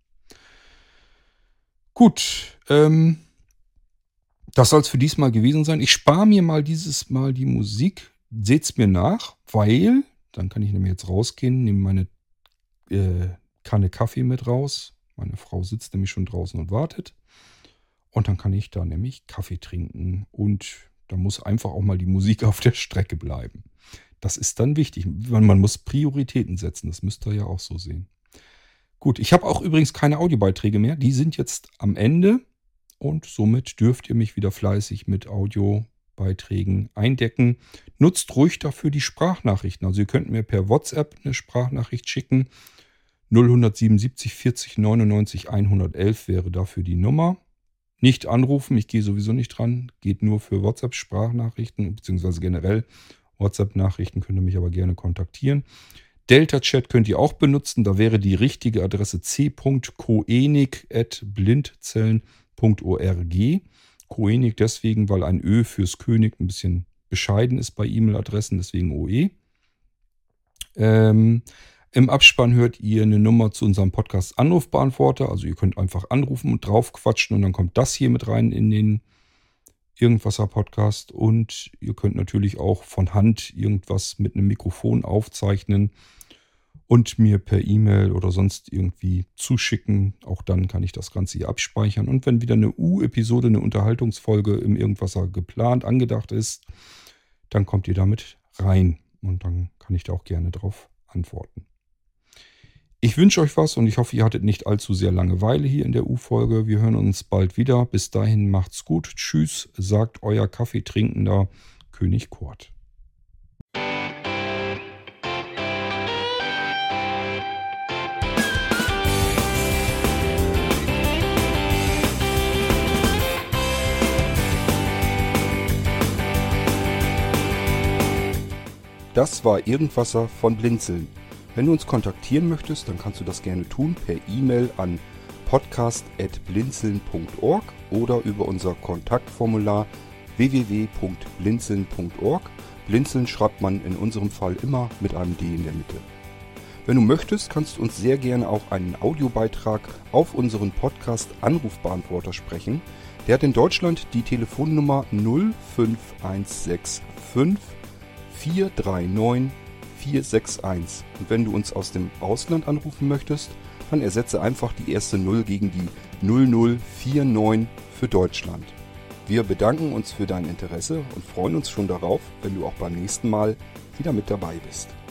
Gut, ähm, das soll es für diesmal gewesen sein. Ich spare mir mal dieses Mal die Musik. Seht's mir nach, weil, dann kann ich nämlich jetzt rausgehen, nehme meine äh, Kanne Kaffee mit raus. Meine Frau sitzt nämlich schon draußen und wartet. Und dann kann ich da nämlich Kaffee trinken und da muss einfach auch mal die Musik auf der Strecke bleiben. Das ist dann wichtig. Man, man muss Prioritäten setzen. Das müsst ihr ja auch so sehen. Gut, ich habe auch übrigens keine Audiobeiträge mehr. Die sind jetzt am Ende. Und somit dürft ihr mich wieder fleißig mit Audiobeiträgen eindecken. Nutzt ruhig dafür die Sprachnachrichten. Also ihr könnt mir per WhatsApp eine Sprachnachricht schicken. null siebenundsiebzig vierzig neunundneunzig hundertelf wäre dafür die Nummer. Nicht anrufen, ich gehe sowieso nicht dran. Geht nur für WhatsApp-Sprachnachrichten, beziehungsweise generell WhatsApp-Nachrichten könnt ihr mich aber gerne kontaktieren. Delta-Chat könnt ihr auch benutzen. Da wäre die richtige Adresse c punkt koenig at blindzellen punkt org. Koenig deswegen, weil ein Ö fürs König ein bisschen bescheiden ist bei E-Mail-Adressen, deswegen O E. Ähm, Im Abspann hört ihr eine Nummer zu unserem Podcast Anrufbeantworter. Also ihr könnt einfach anrufen und drauf quatschen und dann kommt das hier mit rein in den Irgendwasser-Podcast. Und ihr könnt natürlich auch von Hand irgendwas mit einem Mikrofon aufzeichnen und mir per E-Mail oder sonst irgendwie zuschicken. Auch dann kann ich das Ganze hier abspeichern. Und wenn wieder eine U-Episode, eine Unterhaltungsfolge im Irgendwasser geplant, angedacht ist, dann kommt ihr damit rein. Und dann kann ich da auch gerne drauf antworten. Ich wünsche euch was und ich hoffe, ihr hattet nicht allzu sehr Langeweile hier in der U-Folge. Wir hören uns bald wieder. Bis dahin macht's gut. Tschüss, sagt euer Kaffeetrinkender König Kurt. Das war Irgendwasser von Blinzeln. Wenn du uns kontaktieren möchtest, dann kannst du das gerne tun per E-Mail an podcast at blinzeln punkt org oder über unser Kontaktformular w w w punkt blinzeln punkt org. Blinzeln schreibt man in unserem Fall immer mit einem D in der Mitte. Wenn du möchtest, kannst du uns sehr gerne auch einen Audiobeitrag auf unseren Podcast Anrufbeantworter sprechen. Der hat in Deutschland die Telefonnummer null fünf eins sechs fünf vier drei neun vier sechs eins. Und wenn du uns aus dem Ausland anrufen möchtest, dann ersetze einfach die erste null gegen die null null vier neun für Deutschland. Wir bedanken uns für dein Interesse und freuen uns schon darauf, wenn du auch beim nächsten Mal wieder mit dabei bist.